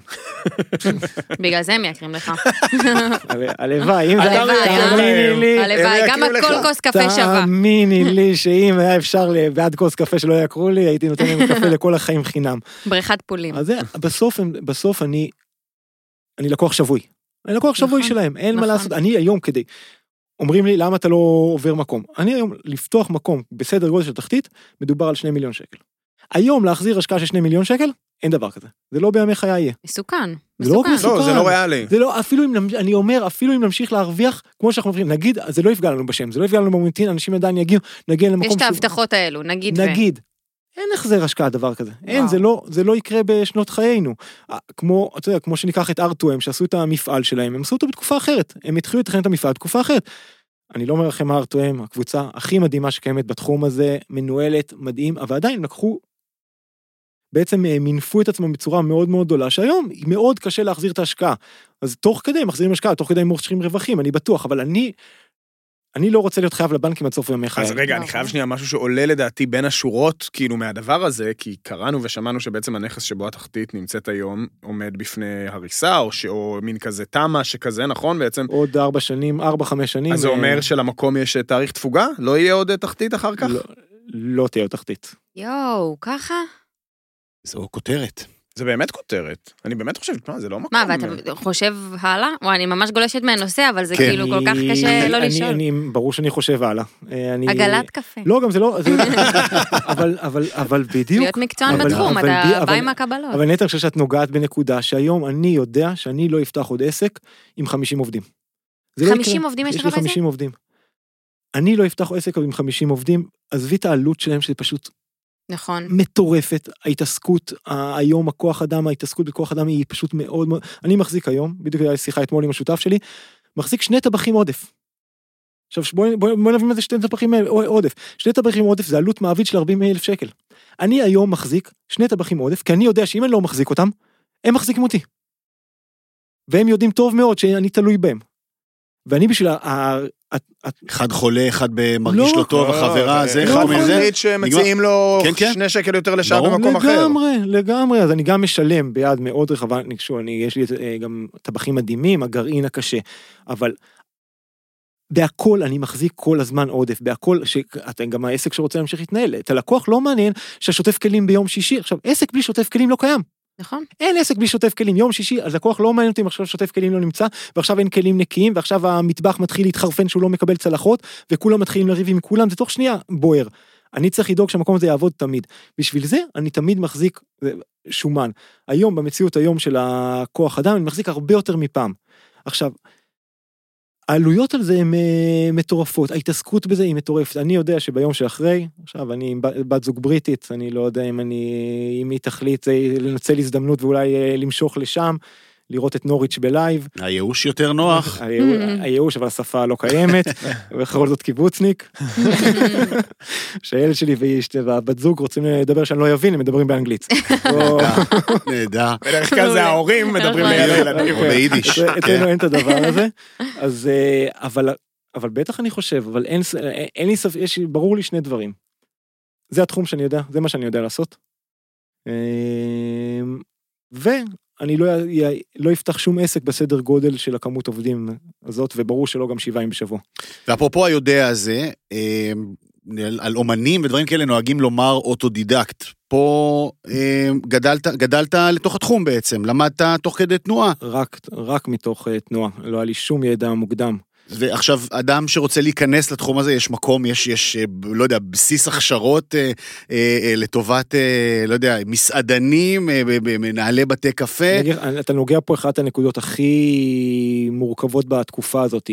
בגלל זה הם יקרים לך. הלוואי, אם זה הלוואי, גם הכל כוס קפה שווה. תאמיני לי שאם היה אפשר בעד כוס קפה שלא יקרו לי, הייתי נותן להם קפה לכל החיים חינם. בריכת פולים. אז בסוף, בסוף אני, אני לקוח שבוי. אני לקוח שבוי שלהם, אין מה לעשות. אני היום כדי, אומרים לי למה אתה לא עובר מקום. אני היום לפתוח מקום בסדר גודל של תחתית, מדובר על שני מיליון שקל. היום להחזיר השקעה של שני מיליון שקל, אין דבר כזה. זה לא בימי חיי יהיה. מסוכן. זה לא מסוכן. לא, זה לא ריאלי. זה לא, אפילו אם, אני אומר, אפילו אם נמשיך להרוויח, כמו שאנחנו אומרים, נגיד, זה לא יפגע לנו בשם, זה לא יפגע לנו במוניטין, אנשים עדיין יגיעו, נגיע למקום יש את ההבטחות האלו, נגיד ו... נגיד. אין החזר השקעה דבר כזה. אין, זה לא, זה לא יקרה בשנות חיינו. כמו, אתה יודע, כמו שניקח את אר טו אם, שעשו את המפעל שלהם, הם עשו אותו בתקופה אחרת. הם התחילו לתכנן את המפעל בתקופה אחרת. אני לא אומר לכם אר טו אם, הקבוצה הכי מדהימה שקיימת בתחום הזה, מנוהלת, מדהים, אבל עדיין לקחו בעצם מינפו את עצמם בצורה מאוד מאוד גדולה, שהיום מאוד קשה להחזיר את ההשקעה. אז תוך כדי מחזירים השקעה, תוך כדי מורשים רווחים, אני בטוח, אבל אני, אני לא רוצה להיות חייב לבנקים עד סוף ימי חיי. אז רגע, אני חייב שנייה משהו שעולה לדעתי בין השורות, כאילו מהדבר הזה, כי קראנו ושמענו שבעצם הנכס שבו התחתית נמצאת היום, עומד בפני הריסה, או, ש... או מין כזה תמה שכזה, נכון? בעצם... עוד ארבע שנים, ארבע, חמש שנים. אז זה אומר שלמקום יש תאריך תפוגה? לא יהיה עוד תחתית אחר כך? לא, לא תהיה עוד תחתית. יואו, ככה? זו כותרת. זה באמת כותרת. אני באמת חושבת, מה, זה לא מקום. מה, ואתה חושב הלאה? וואי, אני ממש גולשת מהנושא, אבל זה כאילו כל כך קשה לא לשאול. ברור שאני חושב הלאה. עגלת קפה. לא, גם זה לא... אבל בדיוק... להיות מקצוען בתחום, אתה בא עם הקבלות. אבל נטע, אני חושב שאת נוגעת בנקודה, שהיום אני יודע שאני לא אפתח עוד עסק עם חמישים עובדים. חמישים עובדים יש לך בזה? יש לי חמישים עובדים. אני לא אפתח עסק עם חמישים עובדים, עזבי את העלות שלהם, שזה פשוט נכון. מטורפת. ההתעסקות, היום הכוח אדם, ההתעסקות בכוח אדם היא פשוט מאוד מאוד, אני מחזיק היום, בדיוק היה שיחה אתמול עם השותף שלי, מחזיק שני טבחים עודף. עכשיו, בואי בוא, בוא נבין מה זה שני טבחים עודף. שני טבחים עודף זה עלות מעביד של ארבעים אלף שקל. אני היום מחזיק שני טבחים עודף, כי אני יודע שאם אני לא מחזיק אותם, הם מחזיקים אותי. והם יודעים טוב מאוד שאני תלוי בהם. ואני בשביל ה... אחד חולה, אחד מרגיש לא טוב, החברה, זה אחד מחליט שמציעים לו שני שקל יותר לשעה במקום אחר. לגמרי, לגמרי, אז אני גם משלם ביד מאוד רחבה, יש לי גם טבחים מדהימים, הגרעין הקשה, אבל בהכל אני מחזיק כל הזמן עודף, בהכל, גם העסק שרוצה להמשיך להתנהל, את הלקוח לא מעניין שהשוטף כלים ביום שישי, עכשיו עסק בלי שוטף כלים לא קיים. נכון. אין עסק בלי שוטף כלים, יום שישי, אז לקוח לא מעניין אותי אם עכשיו שוטף כלים לא נמצא, ועכשיו אין כלים נקיים, ועכשיו המטבח מתחיל להתחרפן שהוא לא מקבל צלחות, וכולם מתחילים לריב עם כולם, זה תוך שנייה בוער. אני צריך לדאוג שהמקום הזה יעבוד תמיד. בשביל זה אני תמיד מחזיק שומן. היום, במציאות היום של הכוח אדם, אני מחזיק הרבה יותר מפעם. עכשיו, העלויות על זה הן מטורפות, ההתעסקות בזה היא מטורפת, אני יודע שביום שאחרי, עכשיו אני עם בת זוג בריטית, אני לא יודע אם אני, אם היא תחליט לנצל הזדמנות ואולי למשוך לשם, לראות את נוריץ' בלייב. הייאוש יותר נוח. הייאוש, אבל השפה לא קיימת, ובכל זאת קיבוצניק. שהילד שלי והבת זוג רוצים לדבר שאני לא יבין, הם מדברים באנגלית. נהדר. בדרך כלל זה ההורים מדברים לילדים. או ביידיש. אצלנו אין את הדבר הזה. אז, אבל, אבל בטח אני חושב, אבל אין, אין לי ספק, יש, ברור לי שני דברים. זה התחום שאני יודע, זה מה שאני יודע לעשות. ו... אני לא, לא אפתח שום עסק בסדר גודל של הכמות עובדים הזאת, וברור שלא גם שבעים בשבוע. ואפרופו היודע הזה, על אומנים ודברים כאלה נוהגים לומר אוטודידקט. פה גדלת, גדלת לתוך התחום בעצם, למדת תוך כדי תנועה. רק, רק מתוך תנועה, לא היה לי שום ידע מוקדם. ועכשיו, אדם שרוצה להיכנס לתחום הזה, יש מקום, יש, יש, לא יודע, בסיס הכשרות אה, אה, לטובת, אה, לא יודע, מסעדנים, אה, מנהלי בתי קפה. נגיד, אתה נוגע פה אחת הנקודות הכי מורכבות בתקופה הזאת.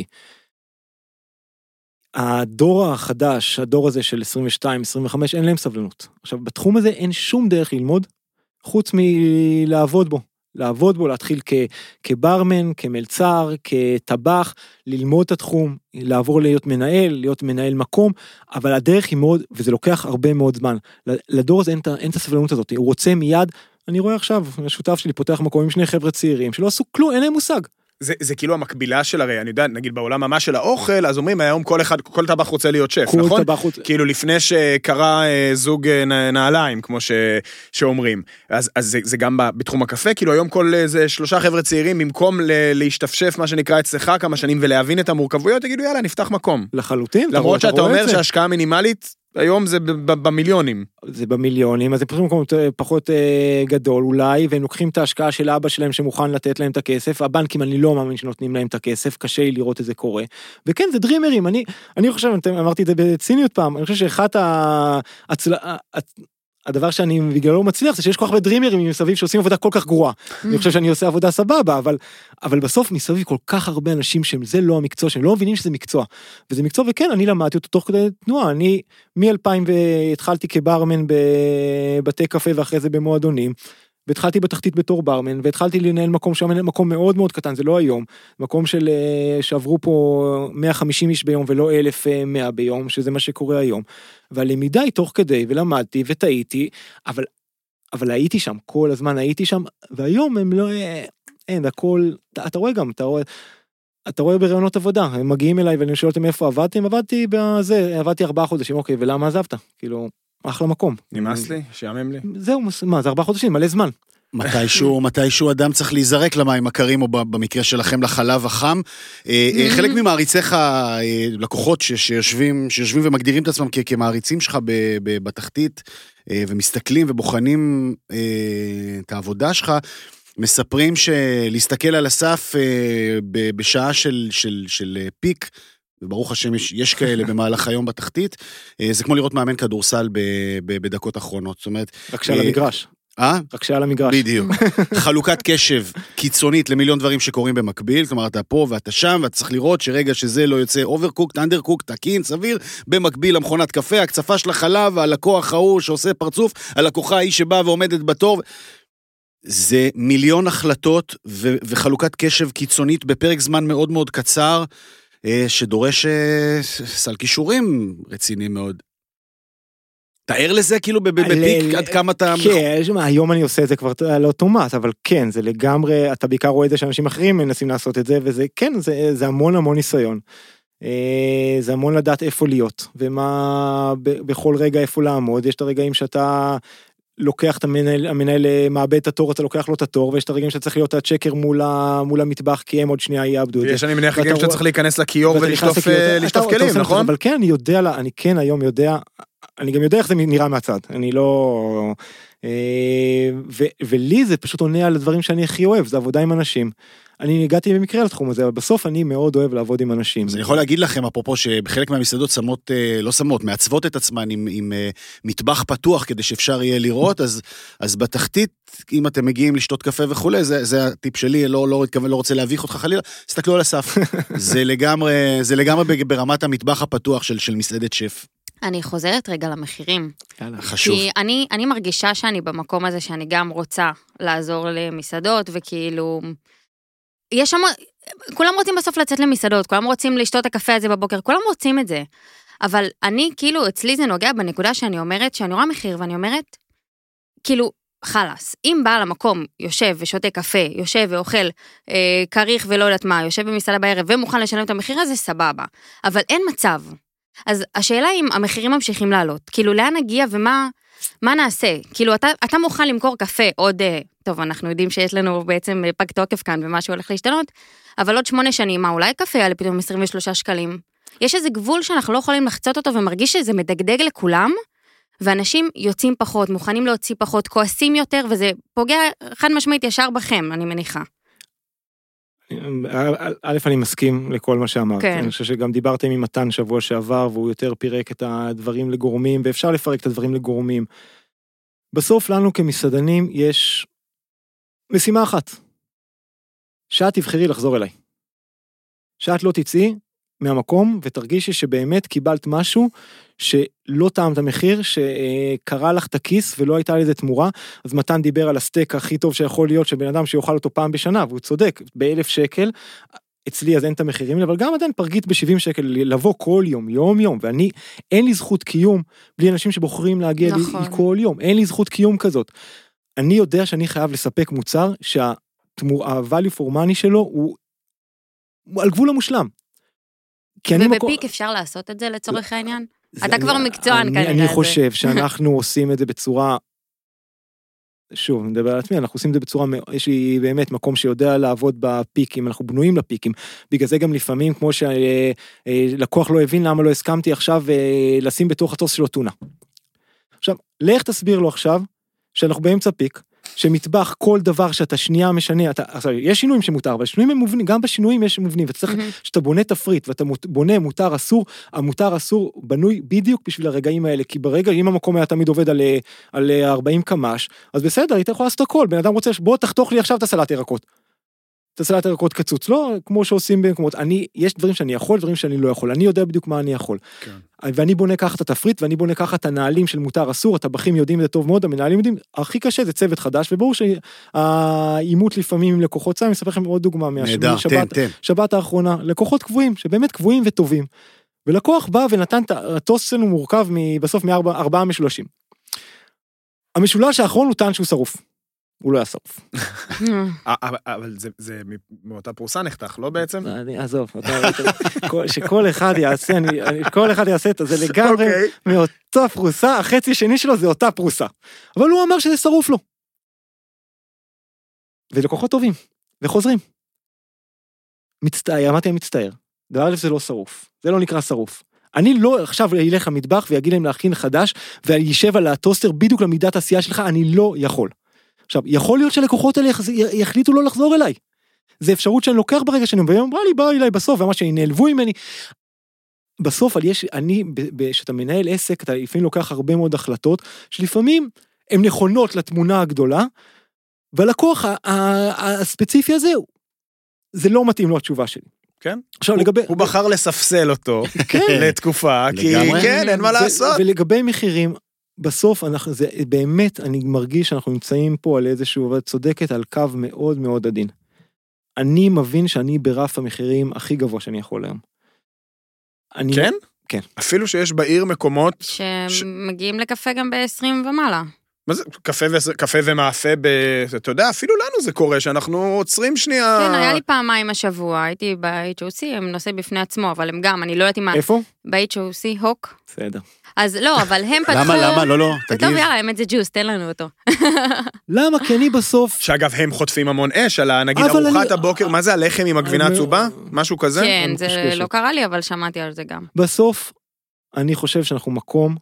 הדור החדש, הדור הזה של עשרים ושתיים עשרים וחמש, אין להם סבלנות. עכשיו, בתחום הזה אין שום דרך ללמוד, חוץ מלעבוד בו. לעבוד בו, להתחיל כ, כברמן, כמלצר, כטבח, ללמוד את התחום, לעבור להיות מנהל, להיות מנהל מקום, אבל הדרך היא מאוד, וזה לוקח הרבה מאוד זמן. לדור הזה אין, אין את הסבלנות הזאת, הוא רוצה מיד, אני רואה עכשיו, השותף שלי פותח מקום עם שני חבר'ה צעירים, שלא עשו כלום, אין להם מושג. זה, זה כאילו המקבילה של הרי, אני יודע, נגיד בעולם ממש של האוכל, אז אומרים, היום כל אחד, כל טבח רוצה להיות שף, נכון? רוצ... כאילו לפני שקרה אה, זוג אה, נעליים, כמו ש, שאומרים. אז, אז זה, זה גם בתחום הקפה, כאילו היום כל איזה שלושה חבר'ה צעירים, במקום ל, להשתפשף מה שנקרא אצלך כמה שנים ולהבין את המורכבויות, תגידו יאללה, נפתח מקום. לחלוטין. למרות שאתה אומר שההשקעה מינימלית, היום זה במיליונים. זה במיליונים, אז זה פחות מקום פחות אה, גדול אולי, והם לוקחים את ההשקעה של אבא שלהם שמוכן לתת להם את הכסף, הבנקים אני לא מאמין שנותנים להם את הכסף, קשה לי לראות את זה קורה, וכן זה דרימרים, אני, אני חושב, אמרתי את זה בציניות פעם, אני חושב שאחת ההצלחה, הדבר שאני בגללו מצליח זה שיש כל כך הרבה דרימרים מסביב שעושים עבודה כל כך גרועה. אני חושב שאני עושה עבודה סבבה, אבל, אבל בסוף מסביב כל כך הרבה אנשים שזה לא המקצוע, שהם לא מבינים שזה מקצוע. וזה מקצוע, וכן, אני למדתי אותו תוך כדי תנועה. אני מ-אלפיים והתחלתי כברמן בבתי קפה ואחרי זה במועדונים, והתחלתי בתחתית בתור ברמן, והתחלתי לנהל מקום שם, מקום מאוד מאוד קטן, זה לא היום, מקום של, שעברו פה מאה וחמישים איש ביום, ולא אלף ומאה ביום, שזה מה שקורה היום. והלמידה היא תוך כדי, ולמדתי, וטעיתי, אבל, אבל הייתי שם, כל הזמן הייתי שם, והיום הם לא, אין, הכל, אתה, אתה רואה גם, אתה רואה, אתה רואה ברעיונות עבודה, הם מגיעים אליי, ואני שואל אותם איפה עבדתם, עבדתי בזה, עבדתי ארבעה חודשים, אוקיי, ולמה עזבת? כאילו, אחלה מקום. נמאס לי, שעמם לי. זהו, מה, זה ארבעה חודשים, מלא זמן. מתישהו, מתישהו אדם צריך להיזרק למים הקרים, או במקרה שלכם לחלב החם. חלק ממעריציך, לקוחות שיושבים, שיושבים ומגדירים את עצמם כמעריצים שלך בתחתית, ומסתכלים ובוחנים את העבודה שלך, מספרים שלהסתכל על הסף בשעה של, של, של פיק, וברוך השם יש, יש כאלה במהלך היום בתחתית, זה כמו לראות מאמן כדורסל בדקות אחרונות. זאת אומרת, רק שעל המגרש. אה? רק שעל המגרש. בדיוק. חלוקת קשב קיצונית למיליון דברים שקורים במקביל, כלומר אתה פה ואתה שם, ואתה צריך לראות שרגע שזה לא יוצא אוברקוקט, אנדרקוקט, תקין, סביר, במקביל המכונת קפה, הקצפה של החלב, הלקוח ההוא שעושה פרצוף, הלקוחה היא שבאה ועומדת בתור, זה מיליון החלטות ו- וחלוקת קשב קיצונית בפרק זמן מאוד מאוד קצר, שדורש סל כישורים רציני מאוד. תאר לזה כאילו בפיק עד כמה אתה... כן, היום אני עושה את זה כבר לא אוטומט, אבל כן, זה לגמרי, אתה בעיקר רואה את זה שאנשים אחרים מנסים לעשות את זה, וזה כן, זה המון המון ניסיון. זה המון לדעת איפה להיות, ומה בכל רגע איפה לעמוד. יש את הרגעים שאתה לוקח את המנהל, המנהל מאבד את התור, אתה לוקח לו את התור, ויש את הרגעים שאתה צריך להיות הצ'קר מול, מול המטבח, כי הם עוד שנייה יאבדו את זה. יש אני מניח רגעים שאתה צריך להיכנס לכיור ולשטוף כלים, נכון? אבל כן, אני יודע, אני כן היום יודע, אני גם יודע איך זה נראה מהצד, אני לא... ו, ולי זה פשוט עונה על הדברים שאני הכי אוהב, זה עבודה עם אנשים. אני הגעתי במקרה לתחום הזה, אבל בסוף אני מאוד אוהב לעבוד עם אנשים. אז אני יכול להגיד לכם, אפרופו, שבחלק מהמסעדות שמות, לא שמות, מעצבות את עצמן עם, עם מטבח פתוח, כדי שאפשר יהיה לראות, אז, אז בתחתית, אם אתם מגיעים לשתות קפה וכו', זה, זה הטיפ שלי, לא, לא, לא, לא רוצה להביך אותך חלילה, תסתכלו על הסף. זה לגמרי, זה לגמרי ברמת המטבח הפתוח של, של מסעדת שף. אני חוזרת רגע למחירים. חשוב. כי אני, אני מרגישה שאני במקום הזה שאני גם רוצה לעזור למסעדות, וכאילו, יש שם, כולם רוצים בסוף לצאת למסעדות, כולם רוצים לשתות את הקפה הזה בבוקר, כולם רוצים את זה. אבל אני, כאילו, אצלי זה נוגע בנקודה שאני אומרת, שאני רואה מחיר, ואני אומרת, כאילו, חלס, אם בעל המקום יושב ושותה קפה, יושב ואוכל אה, קריך ולא יודעת מה, יושב במסעדה בערב ומוכן לשלם את המחיר הזה, סבבה. אבל אין מצב. אז השאלה אם המחירים ממשיכים לעלות, כאילו לאן נגיע ומה מה נעשה? כאילו אתה, אתה מוכן למכור קפה עוד, טוב אנחנו יודעים שיש לנו בעצם פג תוקף כאן ומשהו הולך להשתנות, אבל עוד שמונה שנים, מה אולי קפה יעלה פתאום עשרים ושלושה שקלים? יש איזה גבול שאנחנו לא יכולים לחצות אותו ומרגיש שזה מדגדג לכולם, ואנשים יוצאים פחות, מוכנים להוציא פחות, כועסים יותר, וזה פוגע חד משמעית ישר בכם, אני מניחה. א', אני מסכים לכל מה שאמרת. כן. אני חושב שגם דיברתם עם מתן שבוע שעבר, והוא יותר פירק את הדברים לגורמים, ואפשר לפרק את הדברים לגורמים. בסוף לנו כמסעדנים יש משימה אחת. שאת תבחרי לחזור אליי. שאת לא תצאי מהמקום ותרגישי שבאמת קיבלת משהו שלא טעם את המחיר, שקרא לך את הכיס ולא הייתה לזה תמורה. אז מתן דיבר על הסטייק הכי טוב שיכול להיות שבן אדם שיוכל אותו פעם בשנה, והוא צודק, באלף שקל, אצלי אז אין את המחירים, אבל גם עדיין פרגית ב-שבעים שקל, לבוא כל יום, יום יום, ואני, אין לי זכות קיום, בלי אנשים שבוחרים להגיע נכון. לי כל יום, אין לי זכות קיום כזאת. אני יודע שאני חייב לספק מוצר, שה-value for money שלו, הוא, הוא על גבול המושלם. ובפיק אפשר לעשות את זה לצורך העניין? אתה כבר מקצוען כנראה. אני חושב שאנחנו עושים את זה בצורה, שוב, נדבר על עצמי, אנחנו עושים את זה בצורה, יש לי באמת מקום שיודע לעבוד בפיקים, אנחנו בנויים לפיקים, בגלל זה גם לפעמים, כמו שלקוח לא הבין למה לא הסכמתי עכשיו לשים בתוך הטוס שלו טונה. עכשיו, לך תסביר לו עכשיו, שאנחנו באמצע פיק, שמטבח כל דבר שאתה שנייה משנה, אתה, עכשיו, יש שינויים שמותר, אבל שינויים הם מובנים, גם בשינויים יש מובנים, ואתה צריך, mm-hmm. שאתה בונה תפריט, ואתה בונה מותר אסור, המותר אסור בנוי בדיוק בשביל הרגעים האלה, כי ברגע, אם המקום היה תמיד עובד על, על ארבעים קמ"ש, אז בסדר, היית יכול לעשות הכל, בן אדם רוצה, בוא תחתוך לי עכשיו את הסלט ירקות. את הסלט ירקות קצוץ, לא כמו שעושים במקומות, אני, יש דברים שאני יכול, דברים שאני לא יכול, אני יודע בדיוק מה אני יכול. כן. ואני בונה ככה את התפריט, ואני בונה ככה את הנהלים של מותר אסור, הטבחים יודעים את זה טוב מאוד, המנהלים יודעים, הכי קשה זה צוות חדש, וברור שהאימות לפעמים עם לקוחות, אני מספר לכם עוד דוגמה מהשבת, שבת האחרונה, לקוחות קבועים, שבאמת קבועים וטובים, ולקוח בא ונתן, הטוס שלנו מורכב בסוף מארבעה משולשים. המשולש האחרון הוא טען שהוא שרוף. הוא לא היה שרוף. אבל זה מאותה פרוסה נחתך, לא בעצם? אני, עזוב, שכל אחד יעשה, כל אחד יעשה את זה לגמרי מאותה פרוסה, החצי השני שלו זה אותה פרוסה. אבל הוא אמר שזה שרוף לו. ולקוחות טובים, וחוזרים. מצטער, אמרתי מצטער. דבר אלף זה לא שרוף, זה לא נקרא שרוף. אני לא עכשיו ילך למטבח ויגיד להם להכין חדש, וישב על הטוסטר בדיוק למידת עשייה שלך, אני לא יכול. עכשיו, יכול להיות שלקוחות האלה יחליטו לא לחזור אליי. זה אפשרות שאני לוקח ברגע שאני אומר, אמרה לי, בא אליי בסוף, ומה שאני נעלבו ממני. בסוף, יש, אני, כשאתה מנהל עסק, אתה לפעמים לוקח הרבה מאוד החלטות, שלפעמים הן נכונות לתמונה הגדולה, והלקוח הספציפי הזה, זה לא מתאים לו התשובה שלי. כן? עכשיו, לגבי... הוא בחר לספסל אותו לתקופה, כי כן, אין מה לעשות. ולגבי מחירים, בסוף אנחנו, זה באמת, אני מרגיש שאנחנו נמצאים פה על איזשהו עבודה צודקת, על קו מאוד מאוד עדין. אני מבין שאני ברף המחירים הכי גבוה שאני יכול היום. אני, כן? כן. אפילו שיש בעיר מקומות... שמגיעים ש... לקפה גם ב-עשרים ומעלה. מה זה? קפה, ו... קפה ומאפה ב... אתה יודע, אפילו לנו זה קורה, שאנחנו עוצרים שנייה... כן, היה לי פעמיים השבוע, הייתי ב-אייץ' או סי, הם נושא בפני עצמו, אבל הם גם, אני לא יודעת מה... איפה? ב-אייץ' או סי, הוק. בסדר. אז לא, אבל הם פתחו... למה, למה? לא, לא, תגיב. טוב, יאללה, האמת זה ג'וס, תן לנו אותו. למה? כי אני בסוף... שאגב, הם חוטפים המון אש, על נגיד ארוחת הבוקר, מה זה הלחם עם הגבינה הצהובה? משהו כזה? כן, זה לא קרה לי, אבל שמעתי על זה גם. בסוף, אני חושב שאנחנו מקום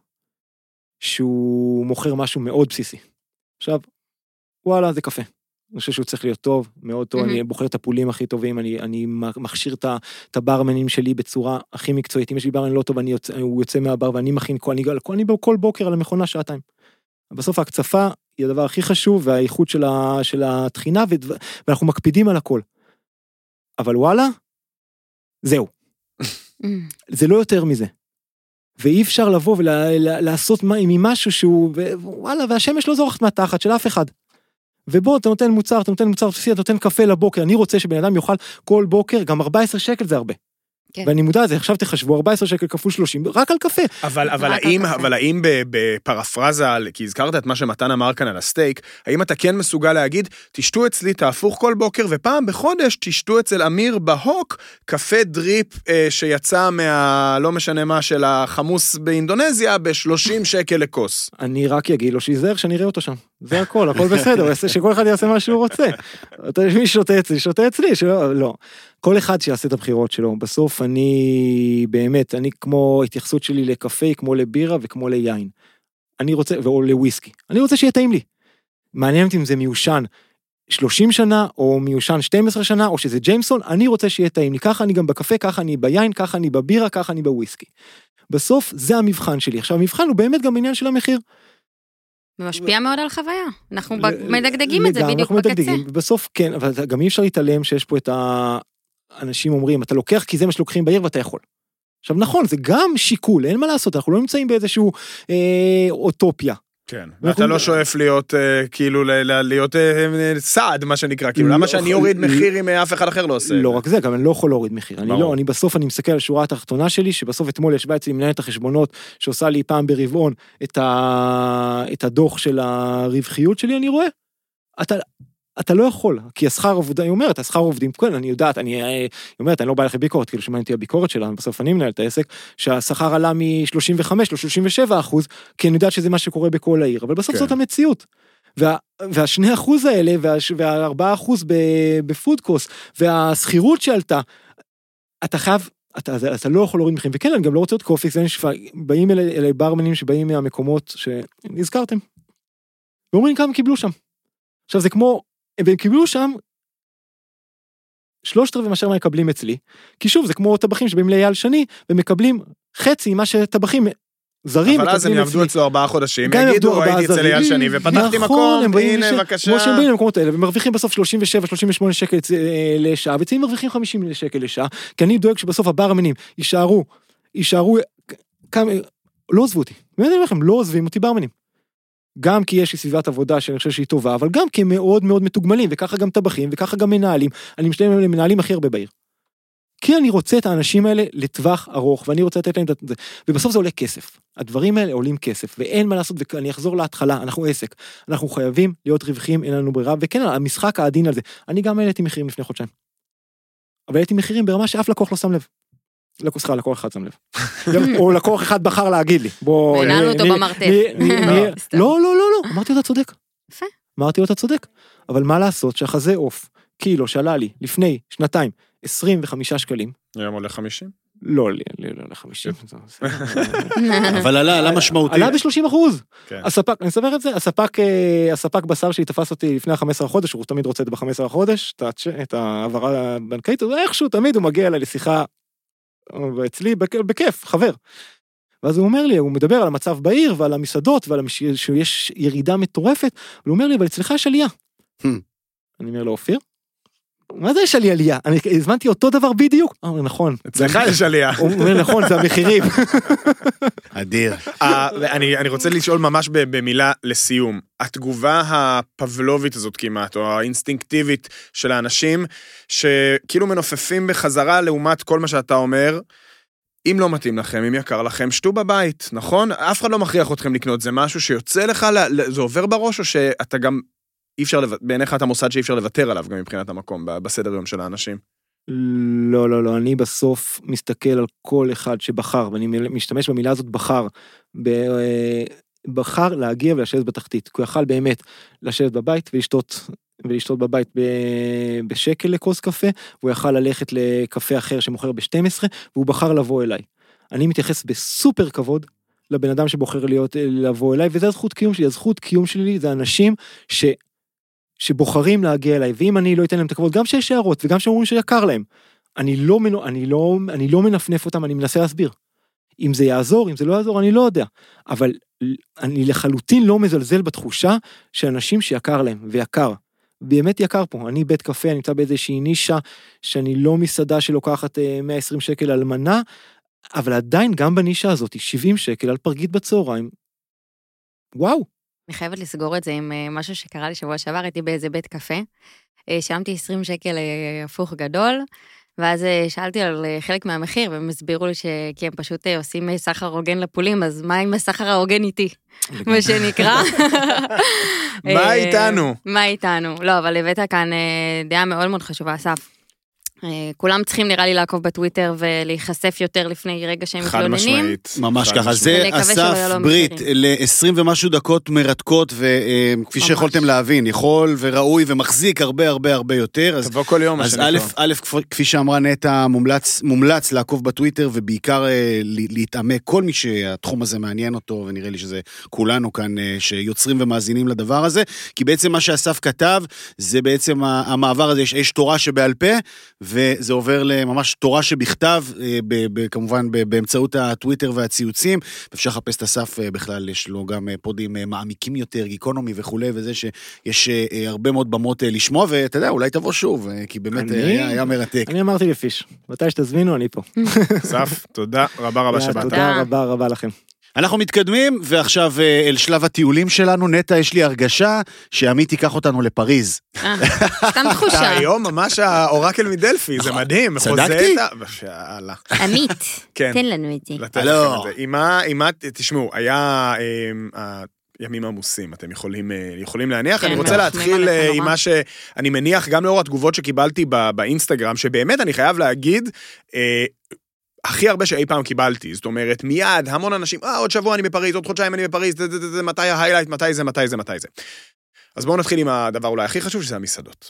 שהוא מוכר משהו מאוד בסיסי. עכשיו, וואלה, זה קפה. אני חושב שהוא צריך להיות טוב, מאוד טוב, אני בוחר את הפולים הכי טובים, אני מכשיר את הברמנים שלי בצורה הכי מקצועית, אם יש לי ברמן לא טוב, הוא יוצא מהבר ואני מכין, אני כל בוקר על המכונה שעתיים. בסוף ההקצפה היא הדבר הכי חשוב, והאיכות של התחינה, ואנחנו מקפידים על הכל. אבל וואלה, זהו. זה לא יותר מזה. ואי אפשר לבוא ולעשות ממשהו שהוא, וואלה, והשמש לא זורחת מהתחת של אף אחד. ובוא, אתה נותן מוצר, אתה נותן מוצר, אתה נותן קפה לבוקר, אני רוצה שבן אדם יאכל כל בוקר, גם ארבע עשרה שקל זה הרבה. כן. ואני מודע לזה, עכשיו תחשבו, ארבע עשרה שקל כפול שלושים, רק על קפה. אבל, אבל האם, אבל האם בפרפרזה, כי הזכרת את מה שמתן אמר כאן על הסטייק, האם אתה כן מסוגל להגיד, תשתו אצלי, תהפוך כל בוקר, ופעם בחודש תשתו אצל אמיר בהוק, קפה דריפ אה, שיצא מה, לא משנה מה, של החמוס באינדונזיה, ב-שלושים שקל לכוס. אני רק אגיד לו שיזהר שאני אראה אותו שם. זה הכל, הכל בסדר, שכל אחד יעשה מה שהוא רוצה. מי שותה אצלי, שותה אצלי, שלא, לא. כל אחד שיעשה את הבחירות שלו. בסוף אני, באמת, אני כמו התייחסות שלי לקפה, כמו לבירה וכמו ליין. אני רוצה, או לוויסקי. אני רוצה שיהיה טעים לי. מעניין אם זה מיושן. שלושים שנה, או מיושן שתים עשרה שנה, או שזה ג'יימסון, אני רוצה שיהיה טעים לי, ככה אני גם בקפה, ככה אני ביין, ככה אני בבירה, ככה אני בוויסקי. בסוף זה המבחן שלי. עכשיו המבחן הוא באמת גם בעניין של המחיר. ומשפיע מאוד על חוויה. אנחנו מדגדגים את זה בדיוק בקצה. בסוף כן, אבל גם אי אפשר להתעלם שיש פה את האנשים אומרים, אתה לוקח כי זה מה שלוקחים בעיר ואתה יכול. עכשיו נכון, זה גם שיקול, אין מה לעשות, אנחנו לא נמצאים באיזשהו אה, אוטופיה. כן, ואתה לא שואף להיות, כאילו, להיות סעד, מה שנקרא, כאילו, למה שאני אוריד מחיר אם אף אחד אחר לא עושה? לא רק זה, גם אני לא יכול להוריד מחיר, אני לא, אני בסוף אני מסתכל על שורה התחתונה שלי, שבסוף אתמול ישבה אצלי מנהלת החשבונות, שעושה לי פעם ברבעון את הדוח של הרווחיות שלי, אני רואה, אתה... אתה לא יכול, כי השכר עובדה, היא אומרת, השכר עובדים, כן, אני יודעת, אני, היא אומרת, אני לא בא לך ביקורת, כאילו שמעתי הביקורת שלה, בסוף אני מנהל את העסק, שהשכר עלה מ-שלושים וחמש ל-שלושים ושבע אחוז, כי אני יודעת שזה מה שקורה בכל העיר, אבל בסוף זאת המציאות. וה, והשני אחוז האלה, וה, והארבעה אחוז בפודקוס, והסחירות שעלתה, אתה חייב, אתה, אתה לא יכול להוריד מכם, וכן, אני גם לא רוצה להיות קופיקס, באים אלה, אלה ברמנים שבאים מהמקומות שנזכרתם, ואומרים כמה קיבלו שם. עכשיו זה כמו, הם קיבלו שם שלושת רבעי מאשר מה מקבלים אצלי, כי שוב זה כמו טבחים שבאים לאייל שני, ומקבלים חצי מה שטבחים זרים. אבל אז הם יעבדו אצלו ארבעה חודשים, יגידו הייתי אצל אייל שני, ופתחתי מקום, הנה בבקשה. כמו שהם באים למקומות האלה, ומרוויחים בסוף שלושים ושבע שלושים ושמונה שקל לשעה, ואצלי מרוויחים חמישים שקל לשעה, כי אני דואג שבסוף הברמנים יישארו, יישארו, לא עזבו אותי, ואני לא עוזבים אותי ברמנים. גם כי יש לי סביבת עבודה שאני חושב שהיא טובה, אבל גם כי הם מאוד מאוד מתוגמלים, וככה גם טבחים, וככה גם מנהלים. אני משתלם למנהלים הכי הרבה בעיר. כי אני רוצה את האנשים האלה לטווח ארוך, ואני רוצה לתת להם את זה. ובסוף זה עולה כסף. הדברים האלה עולים כסף, ואין מה לעשות, ואני אחזור להתחלה, אנחנו עסק. אנחנו חייבים להיות רווחים, אין לנו ברירה, וכן, המשחק העדין על זה. אני גם העליתי מחירים לפני חודשיים. אבל העליתי מחירים ברמה שאף לקוח לא שם לב. לקוח, סליחה, לקוח אחד שם לב. או לקוח אחד בחר להגיד לי. העלנו אותו במרתף. לא, לא, לא, לא, אמרתי אותה צודק. יפה. אמרתי אותה צודק. אבל מה לעשות שהחזה עוף, קילו שעלה לי לפני שנתיים, עשרים וחמישה שקלים. היום עולה חמישים? לא, לא, לא, לא חמישים. אבל עלה, עלה משמעותי. עלה ב-שלושים אחוז. הספק, אני אסבר את זה, הספק, הספק בשר שלי תפס אותי לפני ה-חמישה עשר חודש, הוא תמיד רוצה את ב-חמישה עשר חודש, את העברה הבנקאית, ואיכשהו תמיד הוא מגיע אליי לשיחה ואצלי בכיף, חבר. ואז הוא אומר לי, הוא מדבר על המצב בעיר ועל המסעדות ועל שיש ירידה מטורפת, והוא אומר לי, אבל אצלך יש עלייה. אני אומר לו, אופיר, מה זה יש עלי עלייה? אני הזמנתי אותו דבר בדיוק. הוא אומר, נכון. אצלך יש עלייה. הוא אומר, נכון, זה המחירים. אדיר. אני רוצה לשאול ממש במילה לסיום. התגובה הפבלובית הזאת כמעט, או האינסטינקטיבית של האנשים, שכאילו מנופפים בחזרה לעומת כל מה שאתה אומר, אם לא מתאים לכם, אם יקר לכם, שתו בבית, נכון? אף אחד לא מכריח אתכם לקנות, זה משהו שיוצא לך, זה עובר בראש, או שאתה גם אי אפשר, בעיניך אתה מוסד שאי אפשר לוותר עליו גם מבחינת המקום, בסדר יום של האנשים. לא, לא, לא, אני בסוף מסתכל על כל אחד שבחר, ואני משתמש במילה הזאת בחר, בחר להגיע ולשבת בתחתית, כי הוא יכל באמת לשבת בבית ולשתות, ולשתות בבית בשקל לכוס קפה, והוא יכל ללכת לקפה אחר שמוכר ב-שתים עשרה, והוא בחר לבוא אליי. אני מתייחס בסופר כבוד, לבן אדם שבוחר להיות, לבוא אליי, וזה הזכות קיום שלי, הזכות קיום שלי זה אנשים ש... שבוחרים להגיע אליי, ואם אני לא אתן להם את הכבוד, גם שיש הערות, וגם שאומרים שיקר להם, אני לא, אני לא, אני לא מנפנף אותם, אני מנסה להסביר. אם זה יעזור, אם זה לא יעזור, אני לא יודע. אבל אני לחלוטין לא מזלזל בתחושה שאנשים שיקר להם, ויקר. באמת יקר פה. אני בית קפה, אני נמצא באיזושהי נישה, שאני לא מסעדה שלוקחת מאה ועשרים שקל על מנה, אבל עדיין גם בנישה הזאת, שבעים שקל על פרגית בצהריים. וואו. אני חייבת לסגור את זה עם משהו שקרה לי שבוע שעבר, הייתי באיזה בית קפה, שלמתי עשרים שקל הפוך גדול, ואז שאלתי על חלק מהמחיר, והם הסבירו לי שכי הם פשוט עושים סחר הוגן לפולים, אז מה עם הסחר ההוגן איתי? מה שנקרא. מה איתנו? מה איתנו? לא, אבל הבאת כאן דעה מאוד מאוד חשובה, אסף. כולם צריכים נראה לי לעקוב בטוויטר ולהיחשף יותר לפני רגע שהם חד מתלוננים. משמעית. ממש חד ככה, משמעית. זה ולקווה שלא אסף יהיה לו ברית מחירים. ל-עשרים ומשהו דקות מרתקות, וכפי ממש. שיכולתם להבין, יכול וראוי ומחזיק הרבה הרבה הרבה יותר. אז תבוא כל יום, מה אז שנקרא. א', א', כפי שאמרה נטע, מומלץ, מומלץ לעקוב בטוויטר, ובעיקר אה, להתעמק, כל מי שהתחום הזה מעניין אותו, ונראה לי שזה כולנו כאן אה, שיוצרים ומאזינים לדבר הזה, כי בעצם מה שאסף כתב, זה בעצם המעבר הזה, יש, יש תורה שבעל פה, וזה עובר לממש תורה שבכתב, אה, ב, ב, כמובן ב, באמצעות הטוויטר והציוצים, ואפשר לחפש את אסף אה, בכלל, יש לו גם אה, פודים אה, מעמיקים יותר, גיקונומי וכולי, וזה שיש אה, אה, הרבה מאוד במות אה, לשמוע, ואתה יודע, אולי תבוא שוב, אה, כי באמת אני- אה, היה, היה מרתק. אני אמרתי לפיש, מתי שתזמינו אני פה. אסף, תודה רבה רבה שבאת. תודה רבה רבה לכם. אנחנו מתקדמים, ועכשיו אה, אל שלב הטיולים שלנו. נטע, יש לי הרגשה שעמית ייקח אותנו לפריז. אה, סתם אתה תחושה. היום ממש האורקל מדלפי, זה מדהים. צדקתי? חוזה את ה- שאלה. עמית, כן. תן לנו את זה. לתת הלו. לכם את זה. עם מה, עם מה, תשמעו, היה אה, הימים עמוסים, אתם יכולים, אה, יכולים להניח. כן, אני רוצה מרחמים להתחיל אה, עליך עם נורא. מה שאני מניח, גם לאור התגובות שקיבלתי ב- באינסטגרם, שבאמת אני חייב להגיד, אה, הכי הרבה שאי פעם קיבלתי, זאת אומרת, מיד, המון אנשים, אה, עוד שבוע אני בפריז, עוד חודשיים אני בפריז, זה, זה, זה, זה, מתי ההיילייט, מתי זה, מתי זה, מתי זה. אז בואו נתחיל עם הדבר אולי הכי חשוב, שזה המסעדות.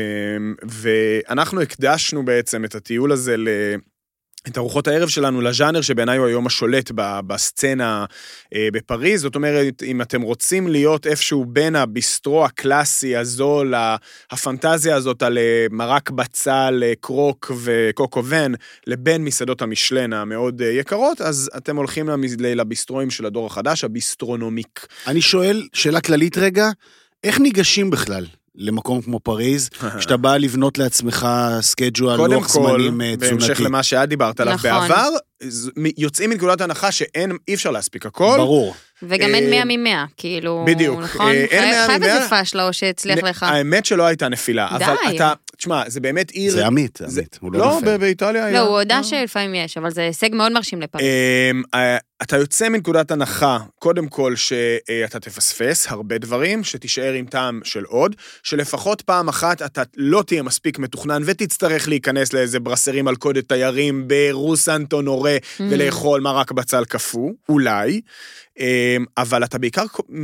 ואנחנו הקדשנו בעצם את הטיול הזה ל... את ארוחות הערב שלנו לז'אנר שבעיניי הוא היום השולט ב- בסצנה אה, בפריז, זאת אומרת, אם אתם רוצים להיות איפשהו בין הביסטרו הקלאסי, הזול, ה- הפנטזיה הזאת על אה, מרק בצל, אה, קרוק וקוקו ון, לבין מסעדות המשלן המאוד אה, יקרות, אז אתם הולכים למס- לביסטרואים של הדור החדש, הביסטרונומיק. אני שואל, שאלה כללית רגע, איך ניגשים בכלל למקום כמו פריז, כשאתה בא לבנות לעצמך סקייג'ואל, קודם לוח כל, זמנים אה, בהמשך תזונתי? למה שאת דיברת עליו נכון. בעבר, ז- יוצאים מנקודת הנחה שאין, אי אפשר להספיק הכל. ברור. וגם אה, אין מאה ממאה, כאילו, בדיוק. נכון? אה, אין חייב- מאה חייב ממאה. איזה פשלה או שהצליח נ- לך. האמת שלא הייתה נפילה, די. אבל אתה, תשמע, זה באמת עיר... זה עמית, זה- עמית, הוא לא לא, נופל. ב- באיטליה היה. לא, הוא הודע שלפעמים יש, אבל זה הישג מאוד מרשים לפריז. אמ, אה, אתה יוצא מנקודת הנחה, קודם כל שאתה תפספס הרבה דברים, שתישאר עם טעם של עוד, שלפחות פעם אחת אתה לא תהיה מספיק מתוכנן, ותצטרך להיכנס לאיזה ברסרים מלכודת תיירים ברוס אנטונורה, ולאכול מרק בצל קפוא, אולי, אמ, אבל אתה בעיקר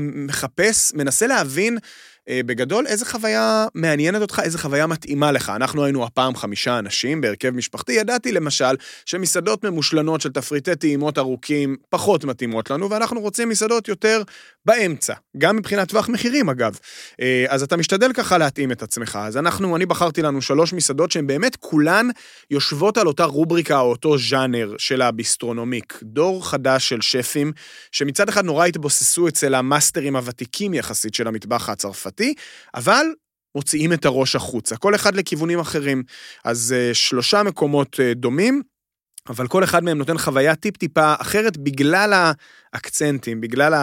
מחפש, מנסה להבין, בגדול, איזה חוויה מעניינת אותך, איזה חוויה מתאימה לך. אנחנו היינו הפעם חמישה אנשים בהרכב משפחתי, ידעתי למשל שמסעדות ממושלנות של תפריטי טעימות ארוכים פחות מתאימות לנו, ואנחנו רוצים מסעדות יותר באמצע, גם מבחינת טווח מחירים אגב. אז אתה משתדל ככה להתאים את עצמך. אז אנחנו, אני בחרתי לנו שלוש מסעדות שהן באמת כולן יושבות על אותה רובריקה או אותו ז'אנר של הביסטרונומיק. דור חדש של שפים, שמצד אחד נורא התבוססו אצל המאסטרים הוותיקים יחסית של המטבח הצרפתי, אבל מוציאים את הראש החוצה, כל אחד לכיוונים אחרים. אז uh, שלושה מקומות uh, דומים, אבל כל אחד מהם נותן חוויה טיפ-טיפה אחרת, בגלל האקצנטים, בגלל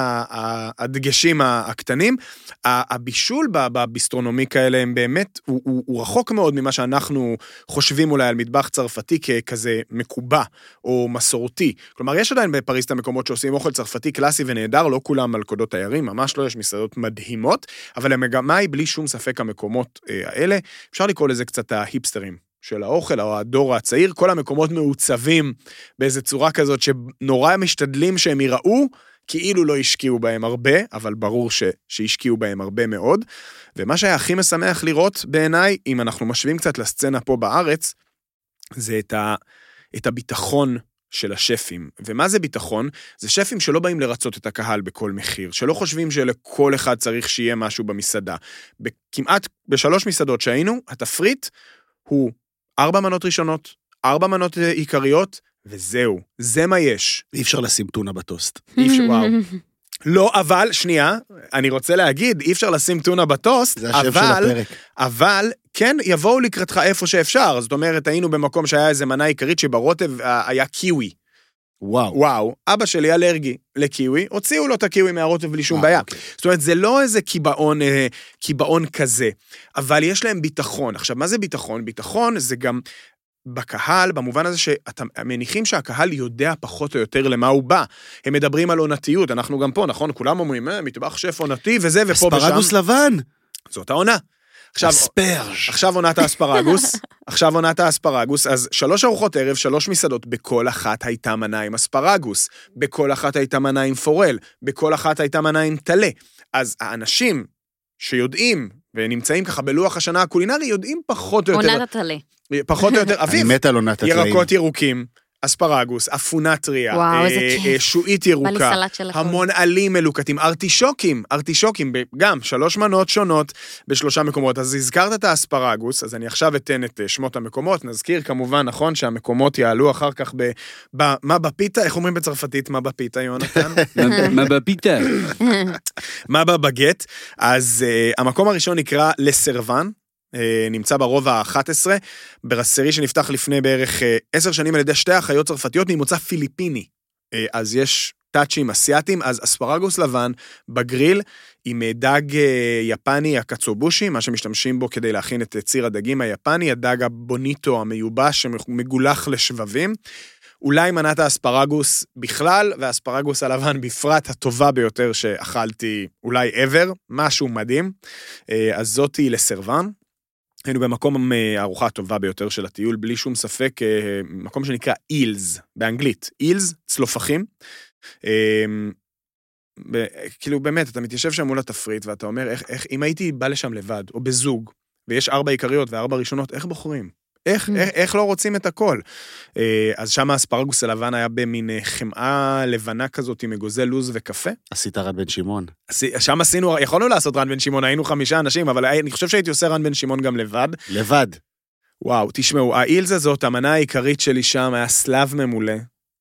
הדגשים הקטנים. הבישול בביסטרונומיק האלה הם באמת, הוא, הוא, הוא רחוק מאוד ממה שאנחנו חושבים אולי על מטבח צרפתי ככזה מקובע או מסורתי. כלומר, יש עדיין בפריז את המקומות שעושים אוכל צרפתי קלאסי ונהדר, לא כולם מלכודות תיירים, ממש לא, יש מסעדות מדהימות, אבל המגמה היא בלי שום ספק המקומות האלה. אפשר לקרוא לזה קצת ההיפסטרים של האוכל, או הדור הצעיר, כל המקומות מעוצבים באיזו צורה כזאת, שנורא משתדלים שהם יראו, כאילו לא השקיעו בהם הרבה, אבל ברור ש, שהשקיעו בהם הרבה מאוד. ומה שהיה הכי משמח לראות בעיניי, אם אנחנו משווים קצת לסצנה פה בארץ, זה את, ה, את הביטחון של השפים. ומה זה ביטחון? זה שפים שלא באים לרצות את הקהל בכל מחיר, שלא חושבים שלכל אחד צריך שיהיה משהו במסעדה. כמעט בשלוש מסעדות שהיינו, התפריט הוא ארבע מנות ראשונות, ארבע מנות עיקריות, וזהו, זה מה יש. אי אפשר לשים טונה בטוסט. אי אפשר, וואו. לא, אבל, שנייה, אני רוצה להגיד, אי אפשר לשים טונה בטוסט, זה השם אבל, של הפרק. אבל, כן, יבואו לקראתך איפה שאפשר. זאת אומרת, היינו במקום שהיה איזה מנה עיקרית שברוטב היה קיווי. וואו. וואו, אבא שלי אלרגי לקיווי, הוציאו לו את הקיווי מהרוטב בלי שום בעיה. אוקיי. זאת אומרת, זה לא איזה קיבעון, אה, קיבעון כזה, אבל יש להם ביטחון. עכשיו, מה זה ביטחון? ביטחון זה גם בקהל, במובן הזה שאתם מניחים שהקהל יודע פחות או יותר למה הוא בא. הם מדברים על עונתיות, אנחנו גם פה, נכון? כולם אומרים, אה, מטבח שף עונתי וזה ופה ושם. אספרגוס לבן. זאת העונה. עכשיו, אספרג'. עכשיו עונת האספרגוס, עכשיו עונת האספרגוס, אז שלוש ארוחות ערב, שלוש מסעדות, בכל אחת הייתה מנה עם אספרגוס, בכל אחת הייתה מנה עם פורל, בכל אחת הייתה מנה עם טלה. אז האנשים שיודעים, ונמצאים ככה בלוח השנה הקולינרי, יודעים פחות או יותר... עונת הטלה. פחות או יותר, אני אביב, מת על עונת הטלאים. ירקות ירוקים, אספרגוס, אפונה טריה, וואו, איזה אה, כיף. אה, שועית בא לי ירוקה, סלט של הכל. המון עלים מלוקטים, ארטישוקים, ארטישוקים, ב- גם שלוש מנות שונות בשלושה מקומות. אז הזכרת את האספרגוס, אז אני עכשיו אתן את אה, שמות המקומות, נזכיר כמובן, נכון, שהמקומות יעלו אחר כך ב... ב מה בפיתה? איך אומרים בצרפתית? מה בפיתה, יונתן? מה בפיתה? מה בבגט? אז uh, המקום הראשון נקרא לסרוון, uh, נמצא ברובע ה-אחת עשרה, ברסרי שנפתח לפני בערך עשר uh, שנים על ידי שתי אחיות צרפתיות ממוצא פיליפיני. Uh, אז יש טאצ'ים אסיאטיים, אז אספרגוס לבן בגריל, עם uh, דג uh, יפני הקצובושי, מה שמשתמשים בו כדי להכין את ציר הדגים היפני, הדג הבוניטו המיובש שמגולח לשבבים, אולי מנת האספרגוס בכלל, והאספרגוס הלבן בפרט הטובה ביותר שאכלתי אולי ever, משהו מדהים. אז זאתי לסרוון. היינו במקום הארוחה הטובה ביותר של הטיול, בלי שום ספק, מקום שנקרא אילס, באנגלית. אילס, צלופחים. כאילו באמת, אתה מתיישב שם מול התפריט, ואתה אומר, איך, איך, אם הייתי בא לשם לבד, או בזוג, ויש ארבע עיקריות וארבע ראשונות, איך בוחרים? איך, איך, איך לא רוצים את הכל? אז שם האספרגוס הלבן היה במין חמאה לבנה כזאת עם אגוזי לוז וקפה. עשית רד בן שמעון. שם עשינו, יכולנו לעשות רן בן שמעון, היינו חמישה אנשים, אבל אני חושב שהייתי עושה רן בן שמעון גם לבד. לבד. וואו, תשמעו, האילז הזאת, המנה העיקרית שלי שם היה סלב ממולא,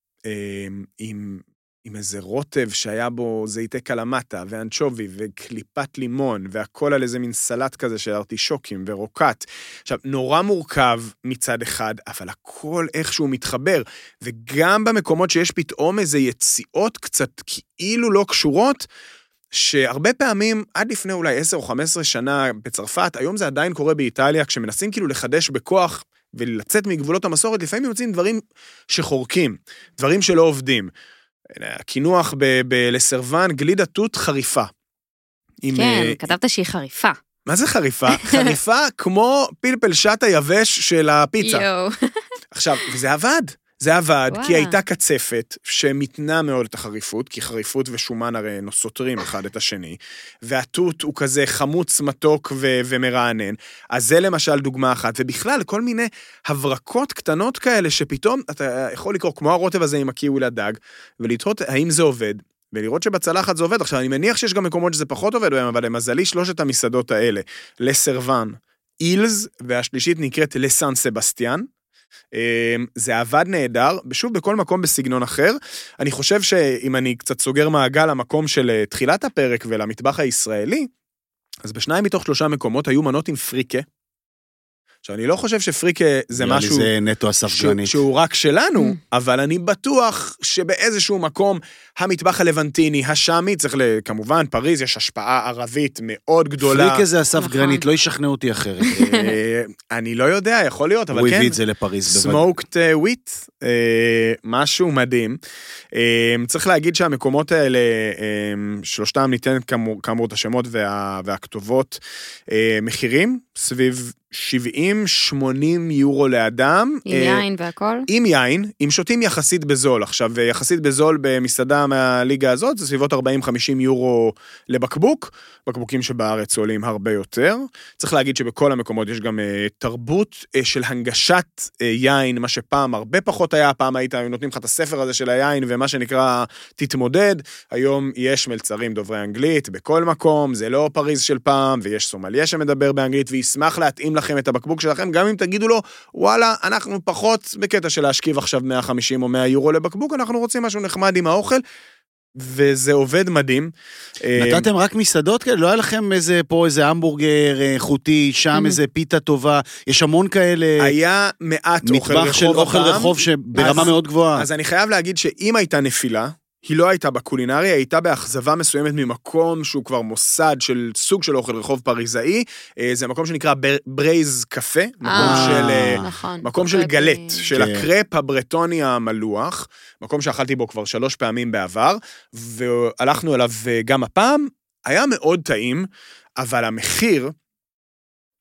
עם... עם איזה רוטב שהיה בו זיתי קלמטה ואנצ'ובי וקליפת לימון, והכל על איזה מין סלט כזה של ארטישוקים ורוקט. עכשיו, נורא מורכב מצד אחד, אבל הכל איכשהו מתחבר, וגם במקומות שיש פתאום איזה יציאות קצת כאילו לא קשורות, שהרבה פעמים, עד לפני אולי עשר או חמש עשרה שנה בצרפת, היום זה עדיין קורה באיטליה, כשמנסים כאילו לחדש בכוח ולצאת מגבולות המסורת, לפעמים יוצאים דברים שחורקים, דברים שלא עובדים. הכינוח בלסרוון, גלידה תות חריפה. כן, כתבת שהיא חריפה. מה זה חריפה? חריפה כמו פלפל שט היבש של הפיצה. יואו. עכשיו, וזה עבד. זה עבד, וואלה. כי הייתה קצפת שמתנה מאוד את החריפות, כי חריפות ושומן הרי סותרים אחד את השני, והתות הוא כזה חמוץ, מתוק ו- ומרענן. אז זה למשל דוגמה אחת, ובכלל כל מיני הברקות קטנות כאלה, שפתאום אתה יכול לקרוא כמו הרוטב הזה עם הקיווי לדג, ולתהות האם זה עובד, ולראות שבצלחת זה עובד. עכשיו, אני מניח שיש גם מקומות שזה פחות עובד בהם, אבל למזלי שלושת המסעדות האלה, לסרוון, אילז, והשלישית נקראת לסן סבסטיאן, זה עבד נהדר, שוב בכל מקום בסגנון אחר. אני חושב שאם אני קצת סוגר מעגל המקום של תחילת הפרק ולמטבח הישראלי, אז בשניים מתוך שלושה מקומות היו מנות עם פריקה. עכשיו, אני לא חושב שפריקה זה משהו... זה נטו אסף גרנית. שהוא רק שלנו, אבל אני בטוח שבאיזשהו מקום המטבח הלבנטיני, השמי, צריך כמובן, פריז, יש השפעה ערבית מאוד גדולה. פריקה זה אסף גרנית, לא ישכנע אותי אחרת. אני לא יודע, יכול להיות, אבל כן. הוא הביא את זה לפריז. סמוקט וויט, משהו מדהים. צריך להגיד שהמקומות האלה, שלושתם ניתן כאמור את השמות והכתובות, מחירים סביב שבעים שמונים יורו לאדם. עם יין והכל? עם יין, עם שותים יחסית בזול. עכשיו, יחסית בזול במסעדה מהליגה הזאת, זה סביבות ארבעים חמישים יורו לבקבוק, בקבוקים שבארץ עולים הרבה יותר. צריך להגיד שבכל המקומות יש גם תרבות של הנגשת יין, מה שפעם הרבה פחות היה, פעם היית נותנים לך את הספר הזה של היין, ומה שנקרא תתמודד. היום יש מלצרים דוברי אנגלית בכל מקום, זה לא פריז של פעם, ויש סומליה שמדבר באנגלית, וישמח להתאים לכם את הבקבוק שלכם, גם אם תגידו לו, וואלה, אנחנו פחות בקטע של להשכיב עכשיו מאה וחמישים או מאה יורו לבקבוק, אנחנו רוצים משהו נחמד עם האוכל, וזה עובד מדהים. נתתם רק מסעדות כאלה? לא היה לכם איזה, פה איזה המבורגר איכותי, שם איזה פיתה טובה, יש המון כאלה... היה מעט אוכל רחוב. מטבח של אוכל רחוב שברמה מאוד גבוהה. אז אני חייב להגיד שאם הייתה נפילה, היא לא הייתה בקולינריה, היא הייתה באכזבה מסוימת ממקום שהוא כבר מוסד של סוג של אוכל רחוב פריזאי, זה מקום שנקרא ברייז קפה, מקום של, מקום של גלט, של הקרפ הברטוני המלוח, מקום שאכלתי בו כבר שלוש פעמים בעבר, והלכנו אליו גם הפעם, היה מאוד טעים, אבל המחיר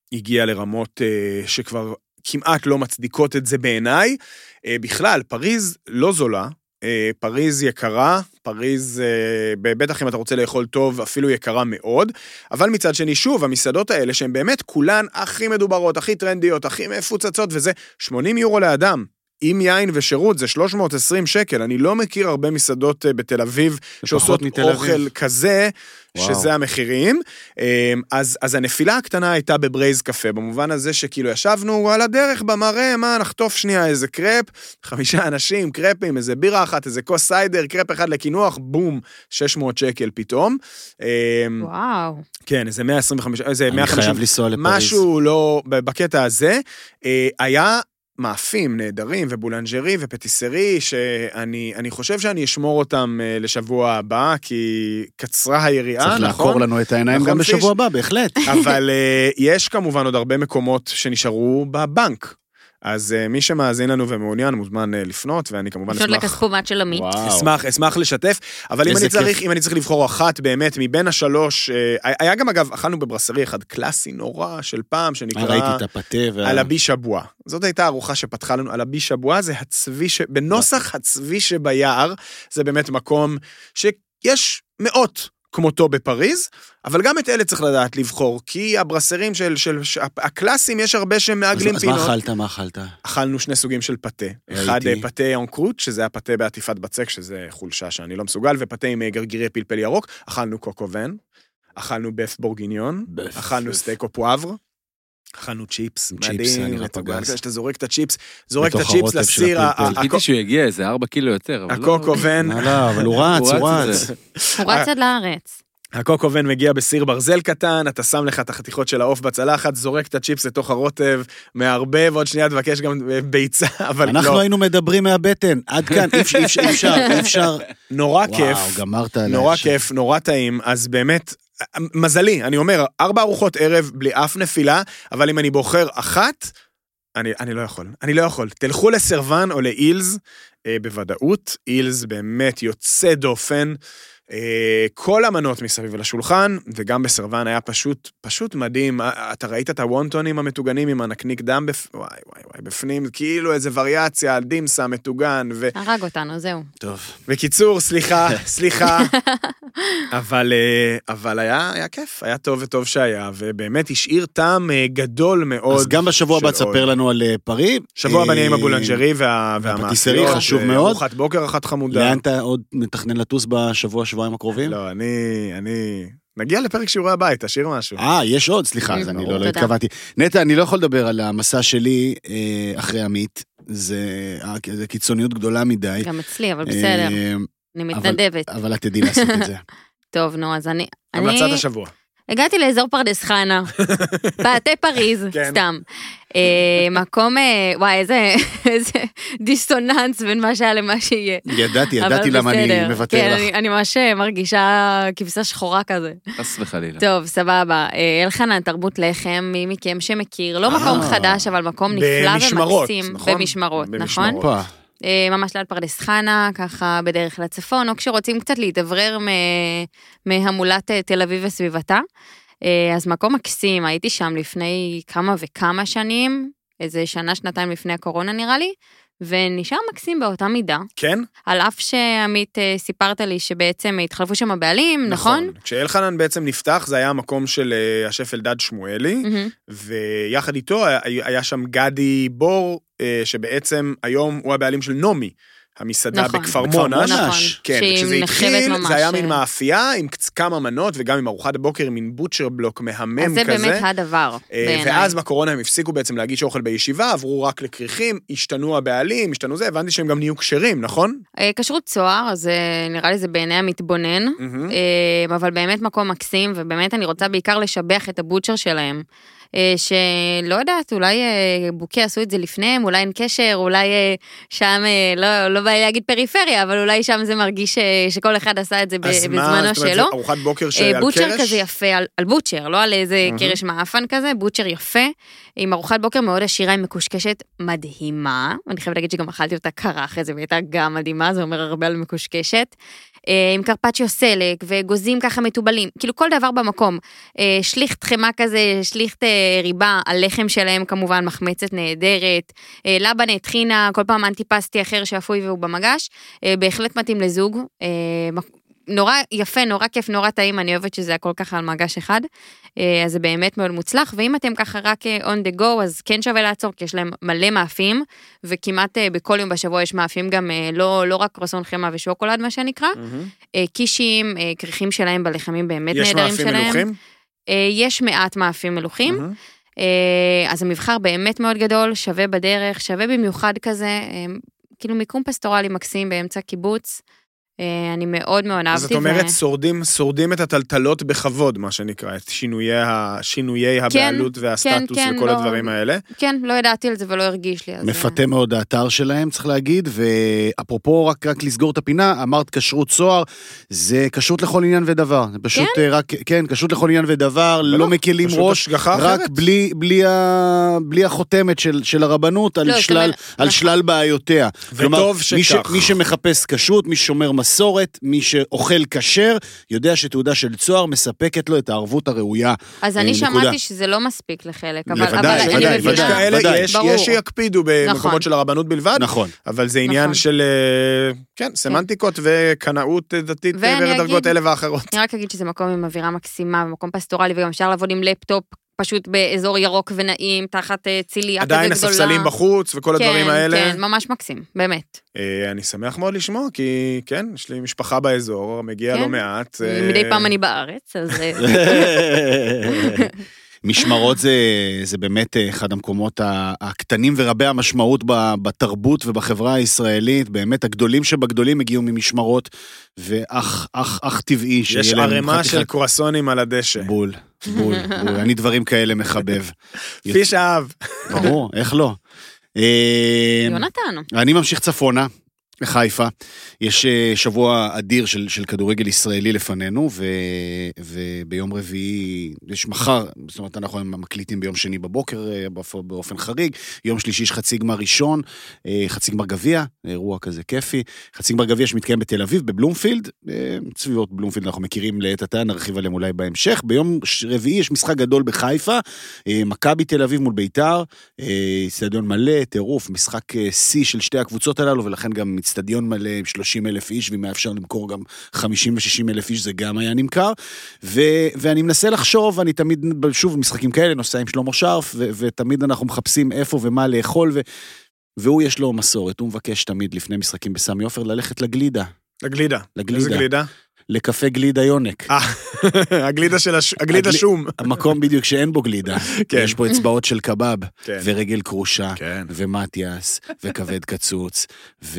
הגיע לרמות uh, שכבר כמעט לא מצדיקות את זה בעיניי. Uh, בכלל, פריז לא זולה, uh, פריז יקרה, פריז, uh, בטח אם אתה רוצה לאכול טוב, אפילו יקרה מאוד, אבל מצד שני, שוב, המסעדות האלה, שהן באמת כולן הכי מדוברות, הכי טרנדיות, הכי מפוצצות, וזה שמונים יורו לאדם. עם יין ושירות, זה שלוש מאות ועשרים שקל. אני לא מכיר הרבה מסעדות בתל אביב שעושות אוכל כזה, וואו. שזה המחירים. אז, אז הנפילה הקטנה הייתה בברייז קפה, במובן הזה שכאילו ישבנו על הדרך במראה, מה, נחטוף שנייה איזה קרפ, חמישה אנשים, קרפים, איזה בירה אחת, איזה כוס סיידר, קרפ אחד לקינוח, בום, שש מאות שקל פתאום. וואו. כן, איזה מאה עשרים וחמש, איזה מאה וחמישים. אני חייב לנסוע לפריז. משהו לא, בקטע הזה, היה מאפים נהדרים ובולנג'רי ופטיסרי, שאני אני חושב שאני אשמור אותם לשבוע הבא, כי קצרה היריעה, צריך נכון? צריך לעקור לנו את העיניים נכון, גם פיש? בשבוע הבא, בהחלט. אבל uh, יש כמובן עוד הרבה מקומות שנשארו בבנק. אז uh, מי שמאזין לנו ומעוניין מוזמן uh, לפנות, ואני כמובן לפנות אשמח... לכספומט של עמית. אשמח, אשמח לשתף, אבל אם אני, צריך, אם אני צריך לבחור אחת באמת מבין השלוש, uh, היה גם אגב, אכלנו בברסרי אחד קלאסי נורא של פעם, שנקרא... ראיתי את הפתה וה... על הבי שבוע. זאת הייתה ארוחה שפתחה לנו על הבי שבוע, זה הצבי ש... בנוסח הצבי שביער, זה באמת מקום שיש מאות כמותו בפריז, אבל גם את אלה צריך לדעת לבחור, כי הברסרים של, של, של הקלאסים, יש הרבה שמעגלים אז, פינות. אז מה אכלת, מה אכלת? אכלנו שני סוגים של פתה. אחד פתה אונקרוט, שזה הפתה בעטיפת בצק, שזה חולשה שאני לא מסוגל, ופתה עם גרגירי פלפל ירוק. אכלנו קוקובן, אכלנו בף בורגיניון, בף, אכלנו בף. סטייק או פואבר, אכלנו צ'יפס, מדהים, שאתה זורק את הצ'יפס, זורק את הצ'יפס לסיר. חיכיתי שהוא יגיע איזה ארבע קילו יותר. הקוקובן. אבל הוא רץ, הוא רץ. הוא רץ עד לארץ. הקוקובן מגיע בסיר ברזל קטן, אתה שם לך את החתיכות של העוף בצלחת, זורק את הצ'יפס לתוך הרוטב, מערבב, ועוד שנייה תבקש גם ביצה, אבל לא. אנחנו היינו מדברים מהבטן, עד כאן, אי אפשר, אי אפשר, אי אפשר. נורא כיף. וואו, גמרת עליי. נורא כיף, נורא טעים, אז באמת, מזלי, אני אומר, ארבע ארוחות ערב בלי אף נפילה, אבל אם אני בוחר אחת, אני, אני לא יכול, אני לא יכול. תלכו לסרבן או לאילז, אה, בוודאות, אילז באמת יוצא דופן, כל המנות מסביב לשולחן, וגם בסרבן היה פשוט, פשוט מדהים. אתה ראית את הוונטונים המתוגנים עם הנקניק דם בפ... וואי, וואי, וואי, בפנים, כאילו איזה וריאציה על דימסה מתוגן, ו... הרג אותנו, זהו. טוב. בקיצור, סליחה, סליחה. אבל, אבל היה, היה כיף, היה טוב וטוב שהיה, ובאמת השאיר טעם גדול מאוד. אז גם בשבוע הבא תספר לנו על פריז. שבוע הבא נהיה עם הבולנג'רי והמאפיות. חשוב מאוד. ארוחת בוקר, אחת חמודה. לאן אתה עוד מתכנן לטוס בשבוע, שבועיים הקרובים? לא, אני, אני... נגיע לפרק שיעורי הבית, תשאיר משהו. אה, יש עוד, סליחה, אז אני לא התכוונתי. נטע, אני לא יכול לדבר על המסע שלי אחרי עמית, זה קיצוניות גדולה מדי. גם אצלי, אבל בסדר. אני מתנדבת. אבל את תדעי לעשות את זה. טוב, נו, אז אני... המלצת השבוע. הגעתי לאזור פרדס חנה, בעתי פריז, סתם. מקום, וואי, איזה דיסוננס בין מה שהיה למה שיהיה. ידעתי, ידעתי למה אני מבטר לך. כן, אני ממש מרגישה כבשה שחורה כזה. חס וחלילה. טוב, סבבה. אלחנן, תרבות לחם, מי מכם שמכיר, לא מקום חדש, אבל מקום נפלא ומקסים. במשמרות, נכון? ממש ליד פרדס חנה, ככה בדרך לצפון, או כשרוצים קצת להתאוורר מהמולת תל אביב וסביבתה. אז מקום מקסים, הייתי שם לפני כמה וכמה שנים, איזה שנה, שנתיים לפני הקורונה נראה לי, ונשאר מקסים באותה מידה. כן? על אף שעמית סיפרת לי שבעצם התחלפו שם הבעלים, נכון? נכון. כשאלחנן בעצם נפתח, זה היה המקום של השף אלדד שמואלי, mm-hmm. ויחד איתו היה שם גדי בור, שבעצם היום הוא הבעלים של נומי, המסעדה נכון, בכפר מונש. נכון, כן, כשזה התחיל, ממש... זה היה מין מאפייה עם כמה מנות, וגם עם ארוחת בוקר, עם מין בוטשר בלוק מהמם אז כזה. אז זה באמת הדבר, בעיניי. ואז בקורונה הם הפסיקו בעצם להגיש אוכל בישיבה, עברו רק לכריכים, השתנו הבעלים, השתנו זה, הבנתי שהם גם נהיו כשרים, נכון? כשרות צוהר, אז נראה לי זה בעיני המתבונן, אבל באמת מקום מקסים, ובאמת אני רוצה בעיקר לשבח את הבוטשר שלהם. שלא יודעת, אולי בוקי עשו את זה לפניהם, אולי אין קשר, אולי שם, לא, לא בא להגיד פריפריה, אבל אולי שם זה מרגיש שכל אחד עשה את זה בזמנו שלו. אז מה, ארוחת בוקר שעל קרש? בוטשר כזה יפה, על, על בוטשר, לא על איזה קרש מאפן כזה, בוטשר יפה, עם ארוחת בוקר מאוד עשירה, עם מקושקשת מדהימה, ואני חייבת להגיד שגם אכלתי אותה קרה אחרי זה, והייתה גם מדהימה, זה אומר הרבה על מקושקשת, עם קרפצ'יו סלק, וגוזים ככה מטובלים, כאילו כל דבר במקום. שליחת חמה כזה, שליחת ריבה, הלחם שלהם כמובן מחמצת נהדרת, לבנה, טחינה, כל פעם אנטיפסטי אחר שאפוי והוא במגש, בהחלט מתאים לזוג, נורא יפה, נורא כיף, נורא טעים, אני אוהבת שזה הכל ככה על מגש אחד, אז זה באמת מאוד מוצלח, ואם אתם ככה רק on the go, אז כן שווה לעצור, כי יש להם מלא מאפים, וכמעט בכל יום בשבוע יש מאפים גם, לא, לא רק קרואסון חמה ושוקולד, מה שנקרא, mm-hmm. קישים, כריכים שלהם בלחמים באמת נהדרים שלהם. יש מאפים מלוכים? יש מעט מאפים מלוכים, mm-hmm. אז המבחר באמת מאוד גדול, שווה בדרך, שווה במיוחד כזה, כאילו מיקום פסטורלי מקסים באמצע קיבוץ, אני מאוד מאוד אהבתי. זאת אומרת, שורדים, שורדים את הטלטלות בכבוד, מה שנקרא, את שינויי, שינויי הבעלות והסטטוס וכל הדברים האלה. כן, לא ידעתי על זה ולא הרגיש לי. מפתה מאוד האתר שלהם, צריך להגיד, ואפרופו רק, רק לסגור את הפינה, אמרת כשרות צוהר, זה כשרות לכל עניין ודבר. זה פשוט רק, כן, כשרות לכל עניין ודבר, לא מקלים ראש, רק בלי, בלי, בלי החותמת של, של הרבנות על שלל, על שלל בעיותיה. וטוב שכך. מי שמחפש כשרות, מי שומר מסורת, מי שאוכל כשר, יודע שתעודה של צוהר מספקת לו את הערבות הראויה. אז אני שמעתי שזה לא מספיק לחלק, אבל ודאי, ודאי, ודאי. יש שיקפידו במקומות של הרבנות בלבד, אבל זה עניין של, כן, סמנטיקות וקנאות דתית בדרגות אלה ואחרות. אני רק אגיד שזה מקום עם אווירה מקסימה, מקום פסטורלי, וגם אפשר לעבוד עם לפטופ, פשוט באזור ירוק ונעים, תחת ציליה כזה גדולה. עדיין הספסלים בחוץ וכל הדברים האלה. כן, כן, ממש מקסים, באמת. אני שמח מאוד לשמוע, כי כן, יש לי משפחה באזור, מגיע לא מעט. מדי פעם אני בארץ, אז... משמרות זה, זה באמת אחד המקומות הקטנים ורבי המשמעות בתרבות ובחברה הישראלית, באמת הגדולים שבגדולים הגיעו ממשמרות, ואך אך, אך טבעי שיהיה להם... יש ערימה של קרואסונים על הדשא. בול, בול, בול, אני דברים כאלה מחבב. פיש אהב. ברור, איך לא? יונתן. אני ממשיך צפונה. בחיפה, יש שבוע אדיר של, של כדורגל ישראלי לפנינו, ו, וביום רביעי, יש מחר, זאת אומרת, אנחנו מקליטים ביום שני בבוקר, באופן חריג, יום שלישי יש חצי גמר ראשון, חצי גמר גביע, אירוע כזה כיפי, חצי גמר גביע שמתקיים בתל אביב, בבלומפילד, צביעות בלומפילד אנחנו מכירים לעת עתה, נרחיב עליהם אולי בהמשך, ביום רביעי יש משחק גדול בחיפה, מכבי תל אביב מול ביתר, סטדיון מלא, טירוף, משחק C של שתי הקבוצות הללו, ולכן גם סטדיון מלא עם שלושים אלף איש, ואם היה אפשר למכור גם חמישים ושישים אלף איש, זה גם היה נמכר, ו- ואני מנסה לחשוב, אני תמיד, שוב, משחקים כאלה, נוסע עם שלמה שרף, ו- ותמיד אנחנו מחפשים איפה ומה לאכול, ו- והוא יש לו מסורת, הוא מבקש תמיד לפני משחקים בסמי עופר, ללכת לגלידה. לגלידה. לגלידה. איזה גלידה? לקפה גלידה יונק. הגלידה של הש... הגלידה שום. המקום בדיוק שאין בו גלידה. יש פה אצבעות של קבב, ורגל קרושה, ומתיאס, וכבד קצוץ,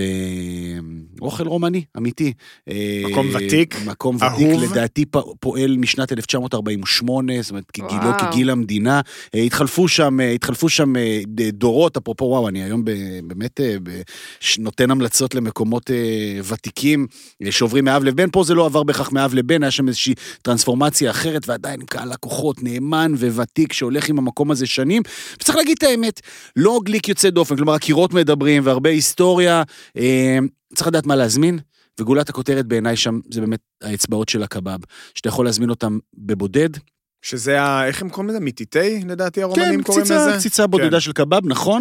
ואוכל רומני, אמיתי. מקום ותיק, מקום ותיק, לדעתי פועל משנת אלף תשע מאות ארבעים ושמונה, זאת אומרת, כגילו כגיל המדינה. התחלפו שם, התחלפו שם דורות, אפרופו, וואו, אני היום באמת נותן המלצות למקומות ותיקים, שעוברים מאב לבן, פה זה לא עבר בכך מאב לבן, היה שם איזושהי טרנספורמציה אחרת, ועדיין עם קהל לקוחות נאמן וותיק שהולך עם המקום הזה שנים, וצריך להגיד את האמת, לא גליק יוצא דופן, כלומר הקירות מדברים והרבה היסטוריה, אה, צריך לדעת מה להזמין, וגולת הכותרת בעיניי שם זה באמת האצבעות של הקבב, שאתה יכול להזמין אותם בבודד, שזה, ה... איך הם קוראים לזה? מיטיטי, לדעתי הרומנים קוראים לזה? כן, קציצה בודדה של קבב, נכון.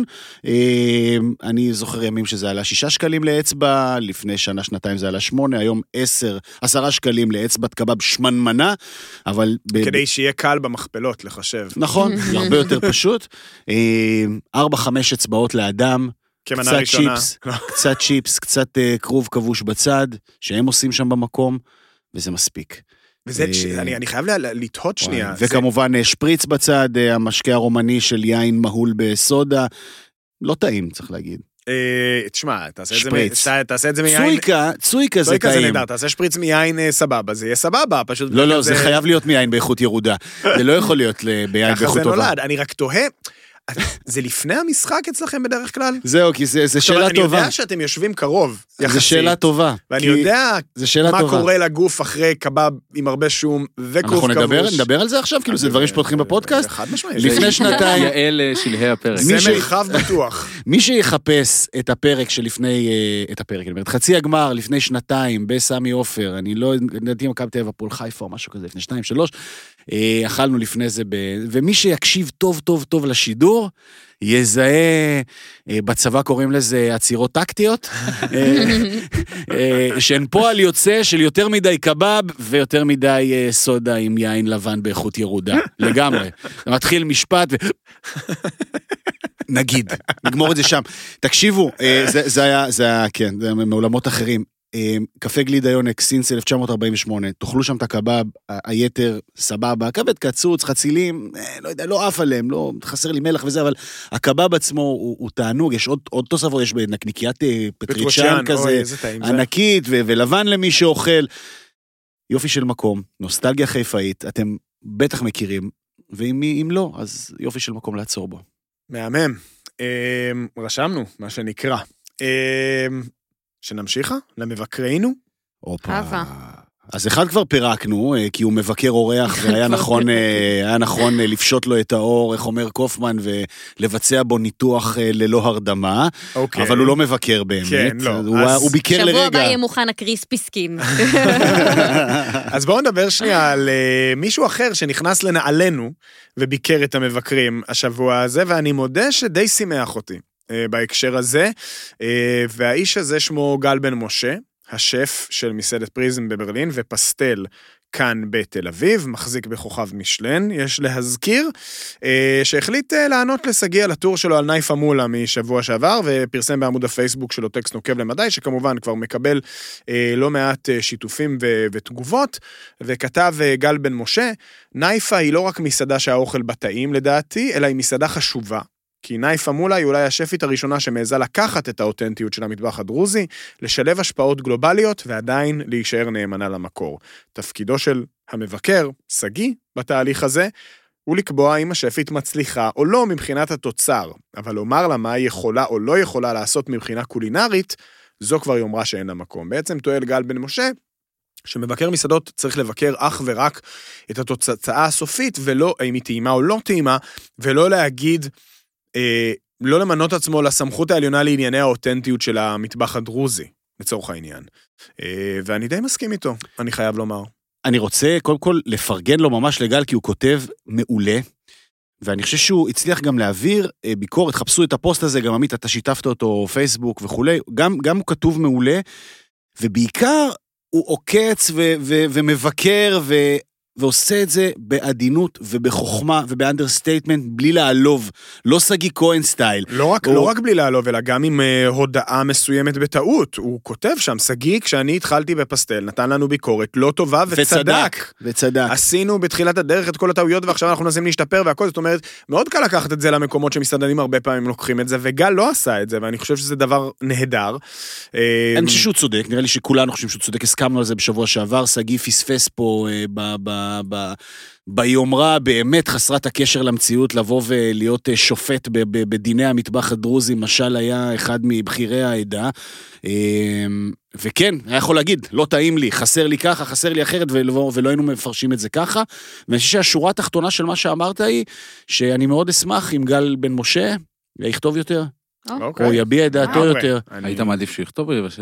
אני זוכר ימים שזה עלה שישה שקלים לאצבע, לפני שנה, שנתיים זה עלה שמונה, היום עשר, עשרה שקלים לאצבעת קבב שמנמנה, אבל... כדי שיהיה קל במכפלות לחשב. נכון, הרבה יותר פשוט. ארבע, חמש אצבעות לאדם, קצת צ'יפס, קצת צ'יפס, קצת כרוב כבוש בצד, שהם עושים שם במקום, וזה מספיק. וזה, אני, אני חייב לתהות שנייה. וכמובן שפריץ בצד, המשקה הרומני של יין מהול בסודה, לא טעים, צריך להגיד. תשמע, תעשה את זה מיין... צויקה, צויקה זה טעים. צויקה זה נהדר, תעשה שפריץ מיין סבבה, זה יהיה סבבה, פשוט... לא, לא, זה חייב להיות מיין באיכות ירודה. זה לא יכול להיות ביין באיכות טובה. אני רק תוהה, זה לפני המשחק אצלכם בדרך כלל? זהו, כי זה שאלה אני טובה. יודע שאתם יושבים קרוב, יחסית. זה שאלה טובה. ואני יודע מה טובה. קורה לגוף אחרי קבב עם הרבה שום וכרוב כבוש. אנחנו נדבר, נדבר על זה עכשיו? כאילו זה דברים שפותחים בפודקאסט? חד משמעית. לפני שנתיים. יעל שלהי הפרק. זה מרחב בטוח. מי שיחפש את הפרק שלפני, את הפרק, אני אומרת, חצי הגמר לפני שנתיים בסמי עופר, אני לא יודעת אם מכבי תל אביב הפועל חיפה או משהו כזה, לפני שניים, שלוש, אכלנו לפני זה, ומי שיקשיב טוב טוב טוב לשידור, יזהה, בצבא קוראים לזה עצירות טקטיות, שהן פועל יוצא של יותר מדי קבב ויותר מדי סודה עם יין לבן באיכות ירודה, לגמרי. מתחיל משפט ו... נגיד, נגמור את זה שם. תקשיבו, זה, זה היה, זה היה, כן, זה מעולמות אחרים. קפה גלידה יונק, סינס אלף תשע מאות ארבעים ושמונה, תאכלו שם את הקבב, היתר סבבה, כבד קצוץ, חצילים, לא יודע, לא אף עליהם, לא חסר לי מלח וזה, אבל הקבב עצמו הוא, הוא תענוג, יש עוד, עוד תוספות, יש בנקניקיית פטריצ'ן כזה, ענקית ו- ולבן למי שאוכל, יופי של מקום, נוסטלגיה חיפאית, אתם בטח מכירים, ואם לא, אז יופי של מקום לעצור בו. מהמם, רשמנו, מה שנקרא. שנמשיכה? למבקרינו? אופה. אז אחד כבר פירקנו, כי הוא מבקר אורח, והיה נכון, היה נכון לפשוט לו את האור, איך אומר קופמן, ולבצע בו ניתוח ללא הרדמה, אוקיי. אבל הוא לא מבקר באמת. כן, לא. הוא, אז... הוא ביקר לרגע. שבוע הבא יהיה מוכן הקריספי סקין. אז בואו נדבר שנייה על מישהו אחר שנכנס לנעלנו, וביקר את המבקרים השבוע הזה, ואני מודה שדי שימח אותי. בהקשר הזה, והאיש הזה שמו גל בן משה, השף של מסעדת פריזם בברלין, ופסטל כאן בתל אביב, מחזיק בכוכב משלן, יש להזכיר, שהחליט לענות לסגי על הטור שלו על נייפה מולה משבוע שעבר, ופרסם בעמוד הפייסבוק שלו טקסט נוקב למדי, שכמובן כבר מקבל לא מעט שיתופים ותגובות, וכתב גל בן משה, נייפה היא לא רק מסעדה שהאוכל בטעים לדעתי, אלא היא מסעדה חשובה. כי נייפה מולה היא אולי השפית הראשונה שמעזה לקחת את האותנטיות של המטבח הדרוזי, לשלב השפעות גלובליות ועדיין להישאר נאמנה למקור. תפקידו של המבקר, סגי, בתהליך הזה, הוא לקבוע אם השפית מצליחה או לא מבחינת התוצר, אבל לומר לה מה היא יכולה או לא יכולה לעשות מבחינה קולינרית, זו כבר יומרה שאין לה מקום. בעצם טועל גל בן משה, שמבקר מסעדות צריך לבקר אך ורק את התוצאה הסופית, ולא אם היא טעימה או לא טעימה, ולא להגיד לא למנות עצמו לסמכות העליונה לענייני האותנטיות של המטבח הדרוזי, לצורך העניין. ואני די מסכים איתו, אני חייב לומר. אני רוצה קודם כל לפרגן לו ממש לגל, כי הוא כותב מעולה, ואני חושב שהוא הצליח גם להעביר ביקורת, חפשו את הפוסט הזה, גם עמית, אתה שיתפת אותו פייסבוק וכולי, גם, גם הוא כתוב מעולה, ובעיקר הוא עוקץ ו- ו- ומבקר ו... ועושה את זה בעדינות ובחוכמה ובאנדרסטייטמנט, בלי לעלוב, לא סגי כהן סטייל. לא רק, הוא... לא רק בלי לעלוב, אלא גם עם uh, הודעה מסוימת בטעות. הוא כותב שם, סגי, כשאני התחלתי בפסטל, נתן לנו ביקורת לא טובה וצדק. וצדק. וצדק. עשינו בתחילת הדרך את כל הטעויות, ועכשיו אנחנו מנסים להשתפר והכל, זאת אומרת, מאוד קל לקחת את זה למקומות שמסעדנים הרבה פעמים לוקחים את זה, וגל לא עשה את זה, ואני חושב שזה דבר נהדר. אני חושב שהוא צודק, נראה לי שכולנו חושבים שהוא צודק, הסכמנו על זה בשבוע שעבר, סגי פספס פה ב... ב... ב... ביומרה באמת חסרת הקשר למציאות לבוא ולהיות שופט בדיני המטבח הדרוזי, משל היה אחד מבחירי העדה, וכן, היה יכול להגיד, לא טעים לי, חסר לי ככה, חסר לי אחרת, ולא, ולא היינו מפרשים את זה ככה, ואני חושב שהשורה התחתונה של מה שאמרת היא, שאני מאוד אשמח אם גל בן משה יכתוב יותר, או יביע את דעתו יותר. היית מעדיף שיכתוב או יבשל?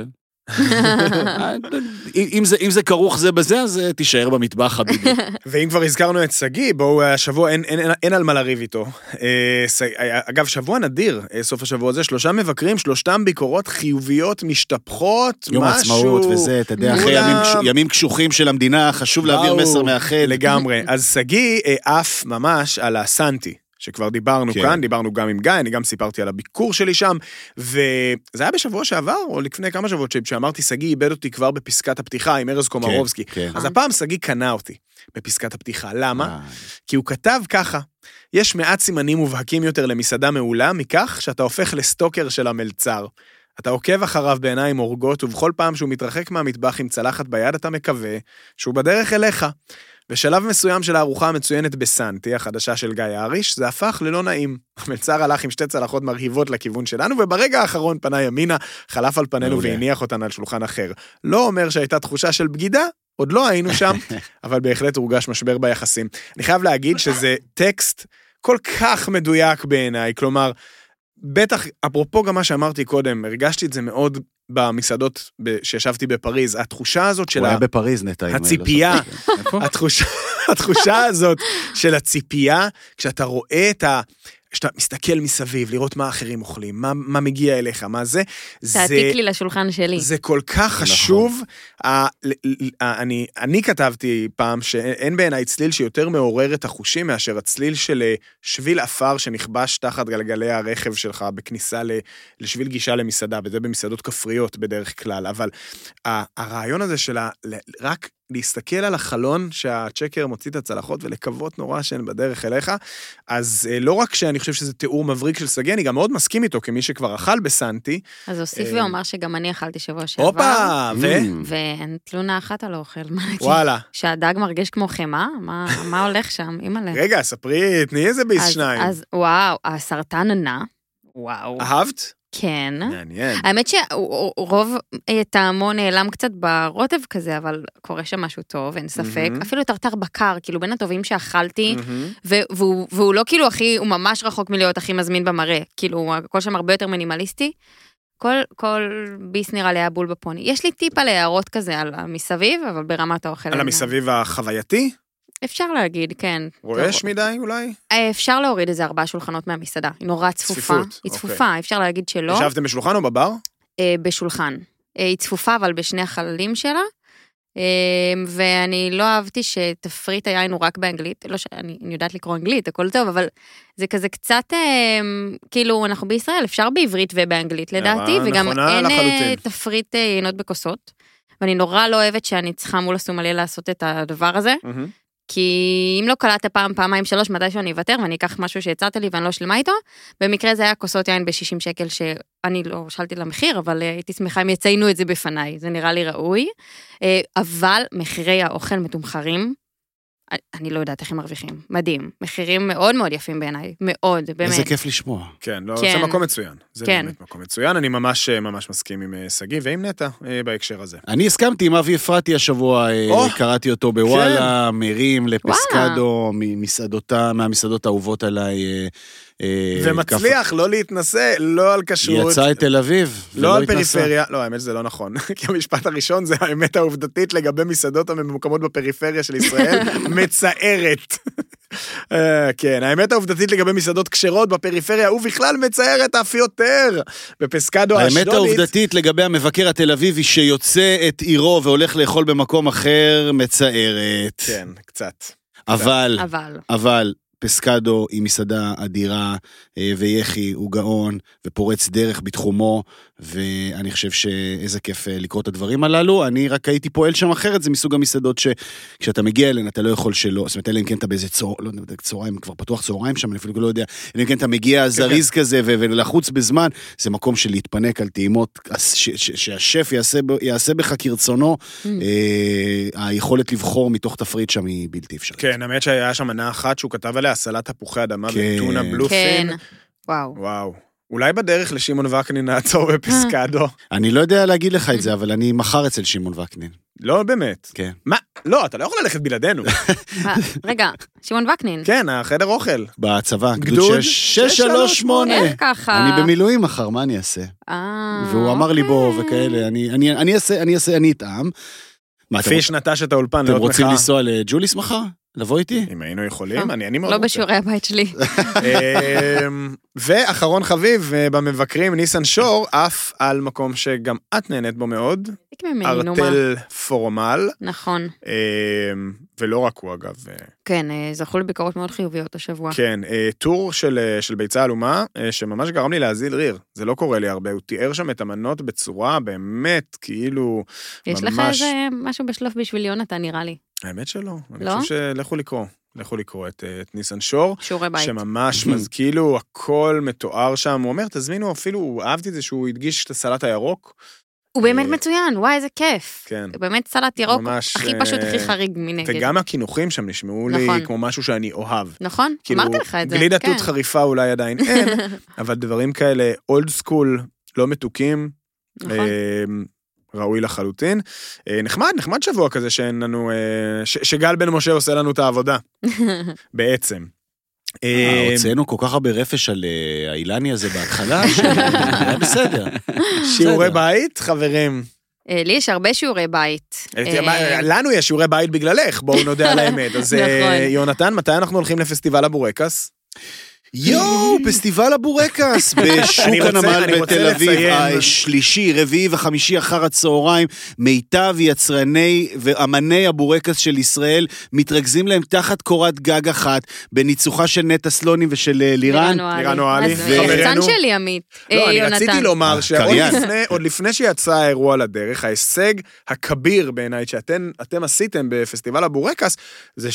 אם זה, אם זה כרוך זה בזה, אז תישאר במטבח חביבי. ואם כבר הזכרנו את סגי, בואו השבוע אין, אין, אין על מה לריב איתו. אגב, שבוע נדיר, סוף השבוע הזה, שלושה מבקרים, שלושתם ביקורות חיוביות, משתפכות, יום משהו. העצמאות וזה, אתה יודע, אחרי ימים, ימים קשוחים של המדינה, חשוב להעביר מסר מאחד. לגמרי. אז סגי אף ממש על הסנטי. שכבר דיברנו כן. כאן, דיברנו גם עם גיא, אני גם סיפרתי על הביקור שלי שם, וזה היה בשבוע שעבר, או לפני כמה שבועות, שאמרתי, סגי איבד אותי כבר בפסקת הפתיחה עם ארז קומרובסקי. כן, כן. אז הפעם סגי קנה אותי בפסקת הפתיחה. למה? אה. כי הוא כתב ככה, יש מעט סימנים מובהקים יותר למסעדה מעולה, מכך שאתה הופך לסטוקר של המלצר. אתה עוקב אחריו בעיניים אורגות, ובכל פעם שהוא מתרחק מהמטבח עם צלחת ביד, אתה מקווה שהוא בדרך אליך. בשלב מסוים של הארוחה המצוינת בסנטי, החדשה של גיא אריש, זה הפך ללא נעים. המלצר הלך עם שתי צלחות מרהיבות לכיוון שלנו, וברגע האחרון פנה ימינה, חלף על פנינו והניח אותן על שולחן אחר. לא אומר שהייתה תחושה של בגידה, עוד לא היינו שם, אבל בהחלט הורגש משבר ביחסים. אני חייב להגיד שזה טקסט כל כך מדויק בעיניי, כלומר, בטח, אפרופו גם מה שאמרתי קודם, הרגשתי את זה מאוד במסעדות שישבתי בפריז, התחושה הזאת של... הוא היה בפריז נטע. הציפייה, התחושה, התחושה הזאת של הציפייה, כשאתה רואה את ה... כשאתה מסתכל מסביב, לראות מה האחרים אוכלים, מה, מה מגיע אליך, מה זה, תעתיק לי לשולחן שלי. זה כל כך חשוב. ה, אני, אני כתבתי פעם שאין בעיניי צליל שיותר מעורר את החושים, מאשר הצליל של שביל אפר שנכבש תחת גלגלי הרכב שלך, בכניסה לשביל גישה למסעדה, וזה במסעדות כפריות בדרך כלל, אבל הרעיון הזה של רק להסתכל על החלון שהצ'קר מוציא את הצלחות ולקוות נורא שהן בדרך אליך, אז לא רק שאני חושב שזה תיאור מבריק של סגי, אני גם מאוד מסכים איתו כמי שכבר אכל בסנטי. אז אוסיף ואומר שגם אני אכלתי שבוע שעבר. הופה, ו? ואין תלונה אחת על האוכל. וואלה. שהדג מרגיש כמו חמה? מה הולך שם? אימא'לה. רגע, ספרי, תני איזה ביס שניים. אז וואו, הסרטן ענה. וואו. אהבת? כן. מעניין. האמת שרוב טעמו נעלם קצת ברוטב כזה, אבל קורה שם משהו טוב, אין ספק. אפילו טרטר בקר, כאילו בין הטובים שאכלתי, והוא לא כאילו הכי, הוא ממש רחוק מלהיות הכי מזמין במראה. כאילו, הכל שם הרבה יותר מינימליסטי. כל ביס נראה לי הבול בפוני. יש לי טיפ על הערות כזה על המסביב, אבל ברמת האוכל. על המסביב החווייתי? אפשר להגיד, כן. רועש מדי אולי? אפשר להוריד איזה ארבעה שולחנות מהמסעדה. היא נורא צפופה. צפיפות. היא צפופה, אפשר להגיד שלא. ישבתם בשולחן או בבר? בשולחן. היא צפופה, אבל בשני החללים שלה. ואני לא אהבתי שתפריט היין הוא רק באנגלית. לא שאני יודעת לקרוא אנגלית, הכל טוב, אבל זה כזה קצת, כאילו, אנחנו בישראל, אפשר בעברית ובאנגלית לדעתי, וגם אין תפריט יינות בכוסות. ואני נורא לא אוהבת שאני צריכה מול הסומליה לעשות את הדבר הזה. כי אם לא קלעת פעם, פעמיים, שלוש, מתי שאני אוותר, ואני אקח משהו שהצעת לי ואני לא שלמה איתו, במקרה זה היה כוסות יין ב-שישים שקל, שאני לא שאלתי למחיר, אבל הייתי שמחה אם יציינו את זה בפניי, זה נראה לי ראוי, אבל מחירי האוכל מתומחרים, אני לא יודעת איך הם מרוויחים, מדהים, מחירים מאוד מאוד יפים בעיניי, מאוד, באמת. איזה כיף לשמוע. כן, לא, זה מקום מצוין, זה באמת מקום מצוין, אני ממש ממש מסכים עם סגי ועם נטע בהקשר הזה. אני הסכמתי עם אבי אפרתי השבוע, קראתי אותו בוואלה, מרים לפסקדו, מהמסעדות האהובות עליי, ומצליח לא להתנסה, לא על כשרות. יצא את תל אביב. לא על פריפריה, לא, האמת שזה לא נכון. כי המשפט הראשון זה האמת העובדתית לגבי מסעדות הממוקמות בפריפריה של ישראל, מצערת. כן, האמת העובדתית לגבי מסעדות כשרות בפריפריה, הוא בכלל מצערת אף יותר. בפסקדו האשדודית. האמת העובדתית לגבי המבקר התל אביבי שיוצא את עירו והולך לאכול במקום אחר, מצערת. כן, קצת. אבל, אבל. אבל. פסקדו היא מסעדה אדירה, ויחי הוא גאון, ופורץ דרך בתחומו, ואני חושב שאיזה כיף לקרוא את הדברים הללו, אני רק הייתי פועל שם אחרת, זה מסוג המסעדות שכשאתה מגיע אליהן, אתה לא יכול שלא, זאת אומרת, אלא אם כן אתה באיזה צהר, לא יודע, צהריים, כבר פתוח צהריים שם, אני אפילו לא יודע, אלא אם כן אתה מגיע זריז כזה, ולחוץ בזמן, זה מקום של להתפנק על טעימות, שהשף יעשה בך כרצונו, היכולת לבחור מתוך תפריט שם היא בלתי אפשרית. כן, האמת שהיה שם מנה אחת שהוא כתב עליה סלט תפוחי אדמה וטונה בלופין. כן, וואו. וואו. אולי בדרך לשמעון וקנין נעצור בפסקדו. אני לא יודע להגיד לך את זה, אבל אני מחר אצל שמעון וקנין. לא באמת. כן. מה? לא, אתה לא יכול ללכת בלעדינו. רגע, שמעון וקנין. כן, החדר אוכל. בצבא, גדוד שש שלוש שמונה. איך ככה? אני במילואים מחר, מה אני אעשה? והוא אמר לי בו וכאלה, אני אעשה, אני אעשה, אני אטעם. פיש נטש את האולפן. אתם רוצים לנסוע לג'וליס מחר? לבוא איתי? אם היינו יכולים, אני, אני מאוד לא רוצה. בשיעורי הבית שלי. ואחרון חביב, במבקרים ניסן שור, אף על מקום שגם את נהנית בו מאוד, ארטל פורמל. נכון. ולא רק הוא אגב. כן, זכו לביקורות מאוד חיוביות השבוע. כן, טור של, של ביצה אלומה, שממש גרם לי להזיל ריר. זה לא קורה לי הרבה, הוא תיאר שם את המנות בצורה באמת, כאילו, יש ממש... לך איזה משהו בשלוף בשביל יונתן, נראה לי. האמת שלא. לא? אני חושב שלכו לקרוא. לכו לקרוא את, את ניסן שור. שיעורי בית. שממש, מז, כאילו, הכל מתואר שם. הוא אומר, תזמינו, אפילו, אהבתי את זה שהוא הדגיש את הסלט הירוק. הוא באמת מצוין, וואי, איזה כיף. כן. זה באמת סלט ירוק, ממש, הכי פשוט, הכי חריג מנגד. וגם הכינוחים שם נשמעו לי נכון. כמו משהו שאני אוהב. נכון, כאילו, אמרתי לך את זה. גלידה כן. תות חריפה אולי עדיין אין, אבל דברים כאלה, אולד סקול, לא מתוקים, נכון. אה, ראוי לחלוטין. אה, נחמד, נחמד שבוע כזה שאין לנו, אה, ש, שגל בן משה עושה לנו את העבודה, בעצם. אה, הוצאנו כל כך הרבה רפש על אה, האילני הזה בהתחלה, שהיה בסדר. שיעורי בית, חברים. אה, לי יש הרבה שיעורי בית. אה, לנו יש שיעורי בית בגללך, בואו נודה על האמת. אז אה, נכון. יונתן, מתי אנחנו הולכים לפסטיבל הבורקס? יואו, פסטיבל הבורקס בשוק אני רוצה- הנמל אני רוצה בתל אביב, לציין- השלישי, רביעי וחמישי אחר הצהריים, מיטב יצרני ואמני הבורקס של ישראל מתרכזים להם תחת קורת גג אחת, בניצוחה של נטע סלונים ושל אה, לירן. לירן אוהלי, אז חברנו. יצן שלי, עמית. לא, אה, אני יונתן. רציתי לומר שעוד קריין. לפני, עוד לפני שיצא האירוע לדרך, ההישג הכביר בעיניי שאתם אתם עשיתם בפסטיבל הבורקס, זה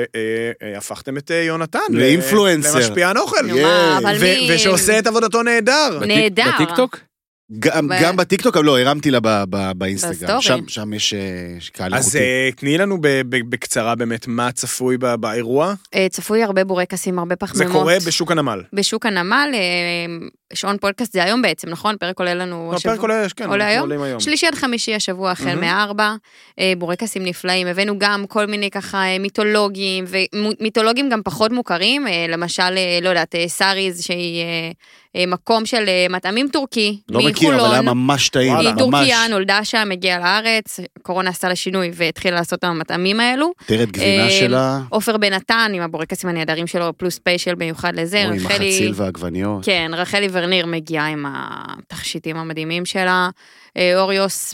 שהפכתם את אה, יונתן ל- לאינפלואנסר. למשפיען אוכל. נו, מה, אבל ו- מי- ושעושה את עבודתו נהדר. נהדר. בטיקטוק? גם, ב- גם בטיקטוק, אבל לא, הרמתי לה ב- ב- באינסטגרם. בסטורי. שם, שם יש אה, קהל אז איכותי. אה, תני לנו ב- ב- בקצרה באמת מה צפוי ב- באירוע. אה, צפוי הרבה בורקסים, הרבה זה פחמימות. קורה בשוק הנמל. בשוק הנמל, אה, שעון פודקאסט זה היום בעצם, נכון? פרק עולה לנו השבוע. הפרק עולה, כן, עולה אנחנו היום? עולים היום. שלישי עד חמישי השבוע החל מהמם. מארבע, אה, בורקסים נפלאים, הבאנו גם כל מיני ככה אה, מיתולוגים, ומיתולוגים גם פחות מוכרים, אה, למשל, אה, לא יודעת, אה, סאריז, שהיא אה, אה, מקום של אה, מטעמים טורקי, לא מכיר, אבל היה ממש טעים. וואלה. היא ממש. טורקיה, נולדה שם, הגיעה לארץ, קורונה עשתה לה שינוי והתחילה לעשות את המטעמים האלו. טרת גבינה אה, שלה, עופר בן נתן עם הבורקסים הנהדרים שלו, פלוס ספיישל מיוחד לזה. או עם רחלי- החציל והעגבניות. כן, רחלי ורניר מגיעה עם התכשיטים המדהימים שלה. אה, אוריוס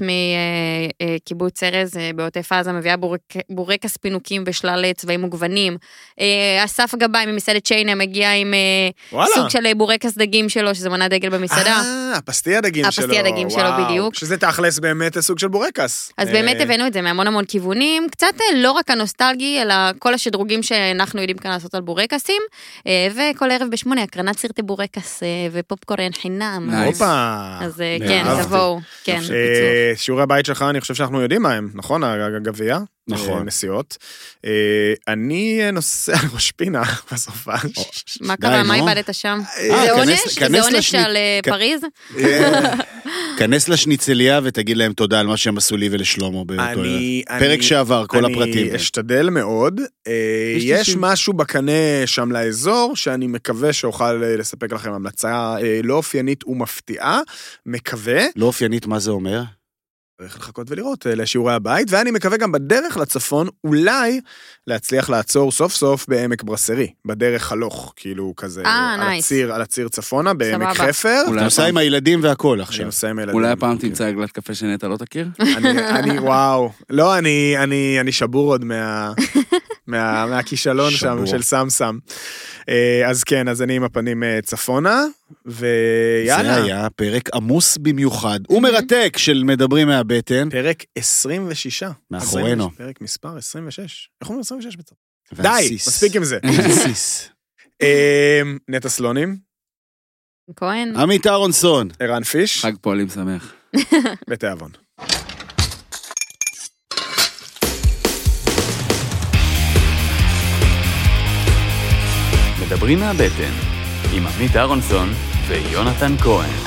מקיבוץ ארז אה, בעוטף עזה מביאה בורק- בורקס פינוקים בשלל צבעים מוגוונים. אה, אסף גבאי ממסעדת צ'יינה מגיע עם אה, וואלה. סוג של אה, בורקס דגים שלו, שזה מנה דגל במסעדה. אה, הפסטי הדגים שלו. הפסטי הדגים שלו, וואו. בדיוק. שזה תכלס באמת סוג של בורקס. אז אה, באמת הבאנו את זה מהמון המון כיוונים, קצת אה, לא רק הנוסטלגי, אלא כל השדרוגים שאנחנו יודעים כאן לעשות על בורקסים, אה, וכל ערב בשמונה, הקרנת סרטי בורקס אה, ופופקורן חינם. נייס. הופה. אז אה, אהבתי. כן, תבואו, כן. אה, שיעורי הבית שלך, אני חושב שאנחנו יודעים מה הם, נכון? הגביע? נכון. אה, נסיעות. אה, אני נוסע על ראש פינה בסופה. מה די, קרה? מה נו. איבדת שם? אה, זה כנס- עונש? כנס זה עונש לשני- על אה, כ- פריז? כנס לשניצליה ותגיד להם תודה על מה שהם עשו לי ולשלומו באותו ערב. אני... פרק אני- שעבר, כל הפרטים. אני אשתדל מאוד. אה, יש יש תשעים. משהו בקנה שם לאזור, שאני מקווה שאוכל אה, לספק לכם המלצה אה, לא אופיינית ומפתיעה. מקווה. לא אופיינית, מה זה אומר? צריך לחכות ולראות אה, לשיעורי הבית, ואני מקווה גם בדרך לצפון, אולי להצליח לעצור סוף סוף בעמק ברסרי, בדרך הלוך, כאילו כזה, אה, על נייס. הציר, על הציר צפונה, בעמק סבבה. חפר. אולי אתה נוסע הפעם- עם הילדים והכל אני עכשיו. נוסע עם ילדים. אולי הפעם תמצא עגלת קפה שנטע לא תכיר? אני, אני, וואו. לא, אני, אני, אני שבור עוד מה, מה, מהכישלון שם שבור. של סמסם. אה, אז כן, אז אני עם הפנים אה, צפונה, זה ויאללה. היה פרק עמוס במיוחד ומרתק של מדברים מהבטן. פרק עשרים ושש. מאחורינו. עשרים ושש, פרק מספר עשרים ושש. איך אומרים עשרים ושש בצד? די, והסיס. מספיק עם זה. והסיס. אה, נטע סלונים, כהן? עמית אהרונסון. ערן פיש, חג פועלים שמח. ותיאבון. מדברים מהבטן, עם עמית אהרונסון ויונתן כהן.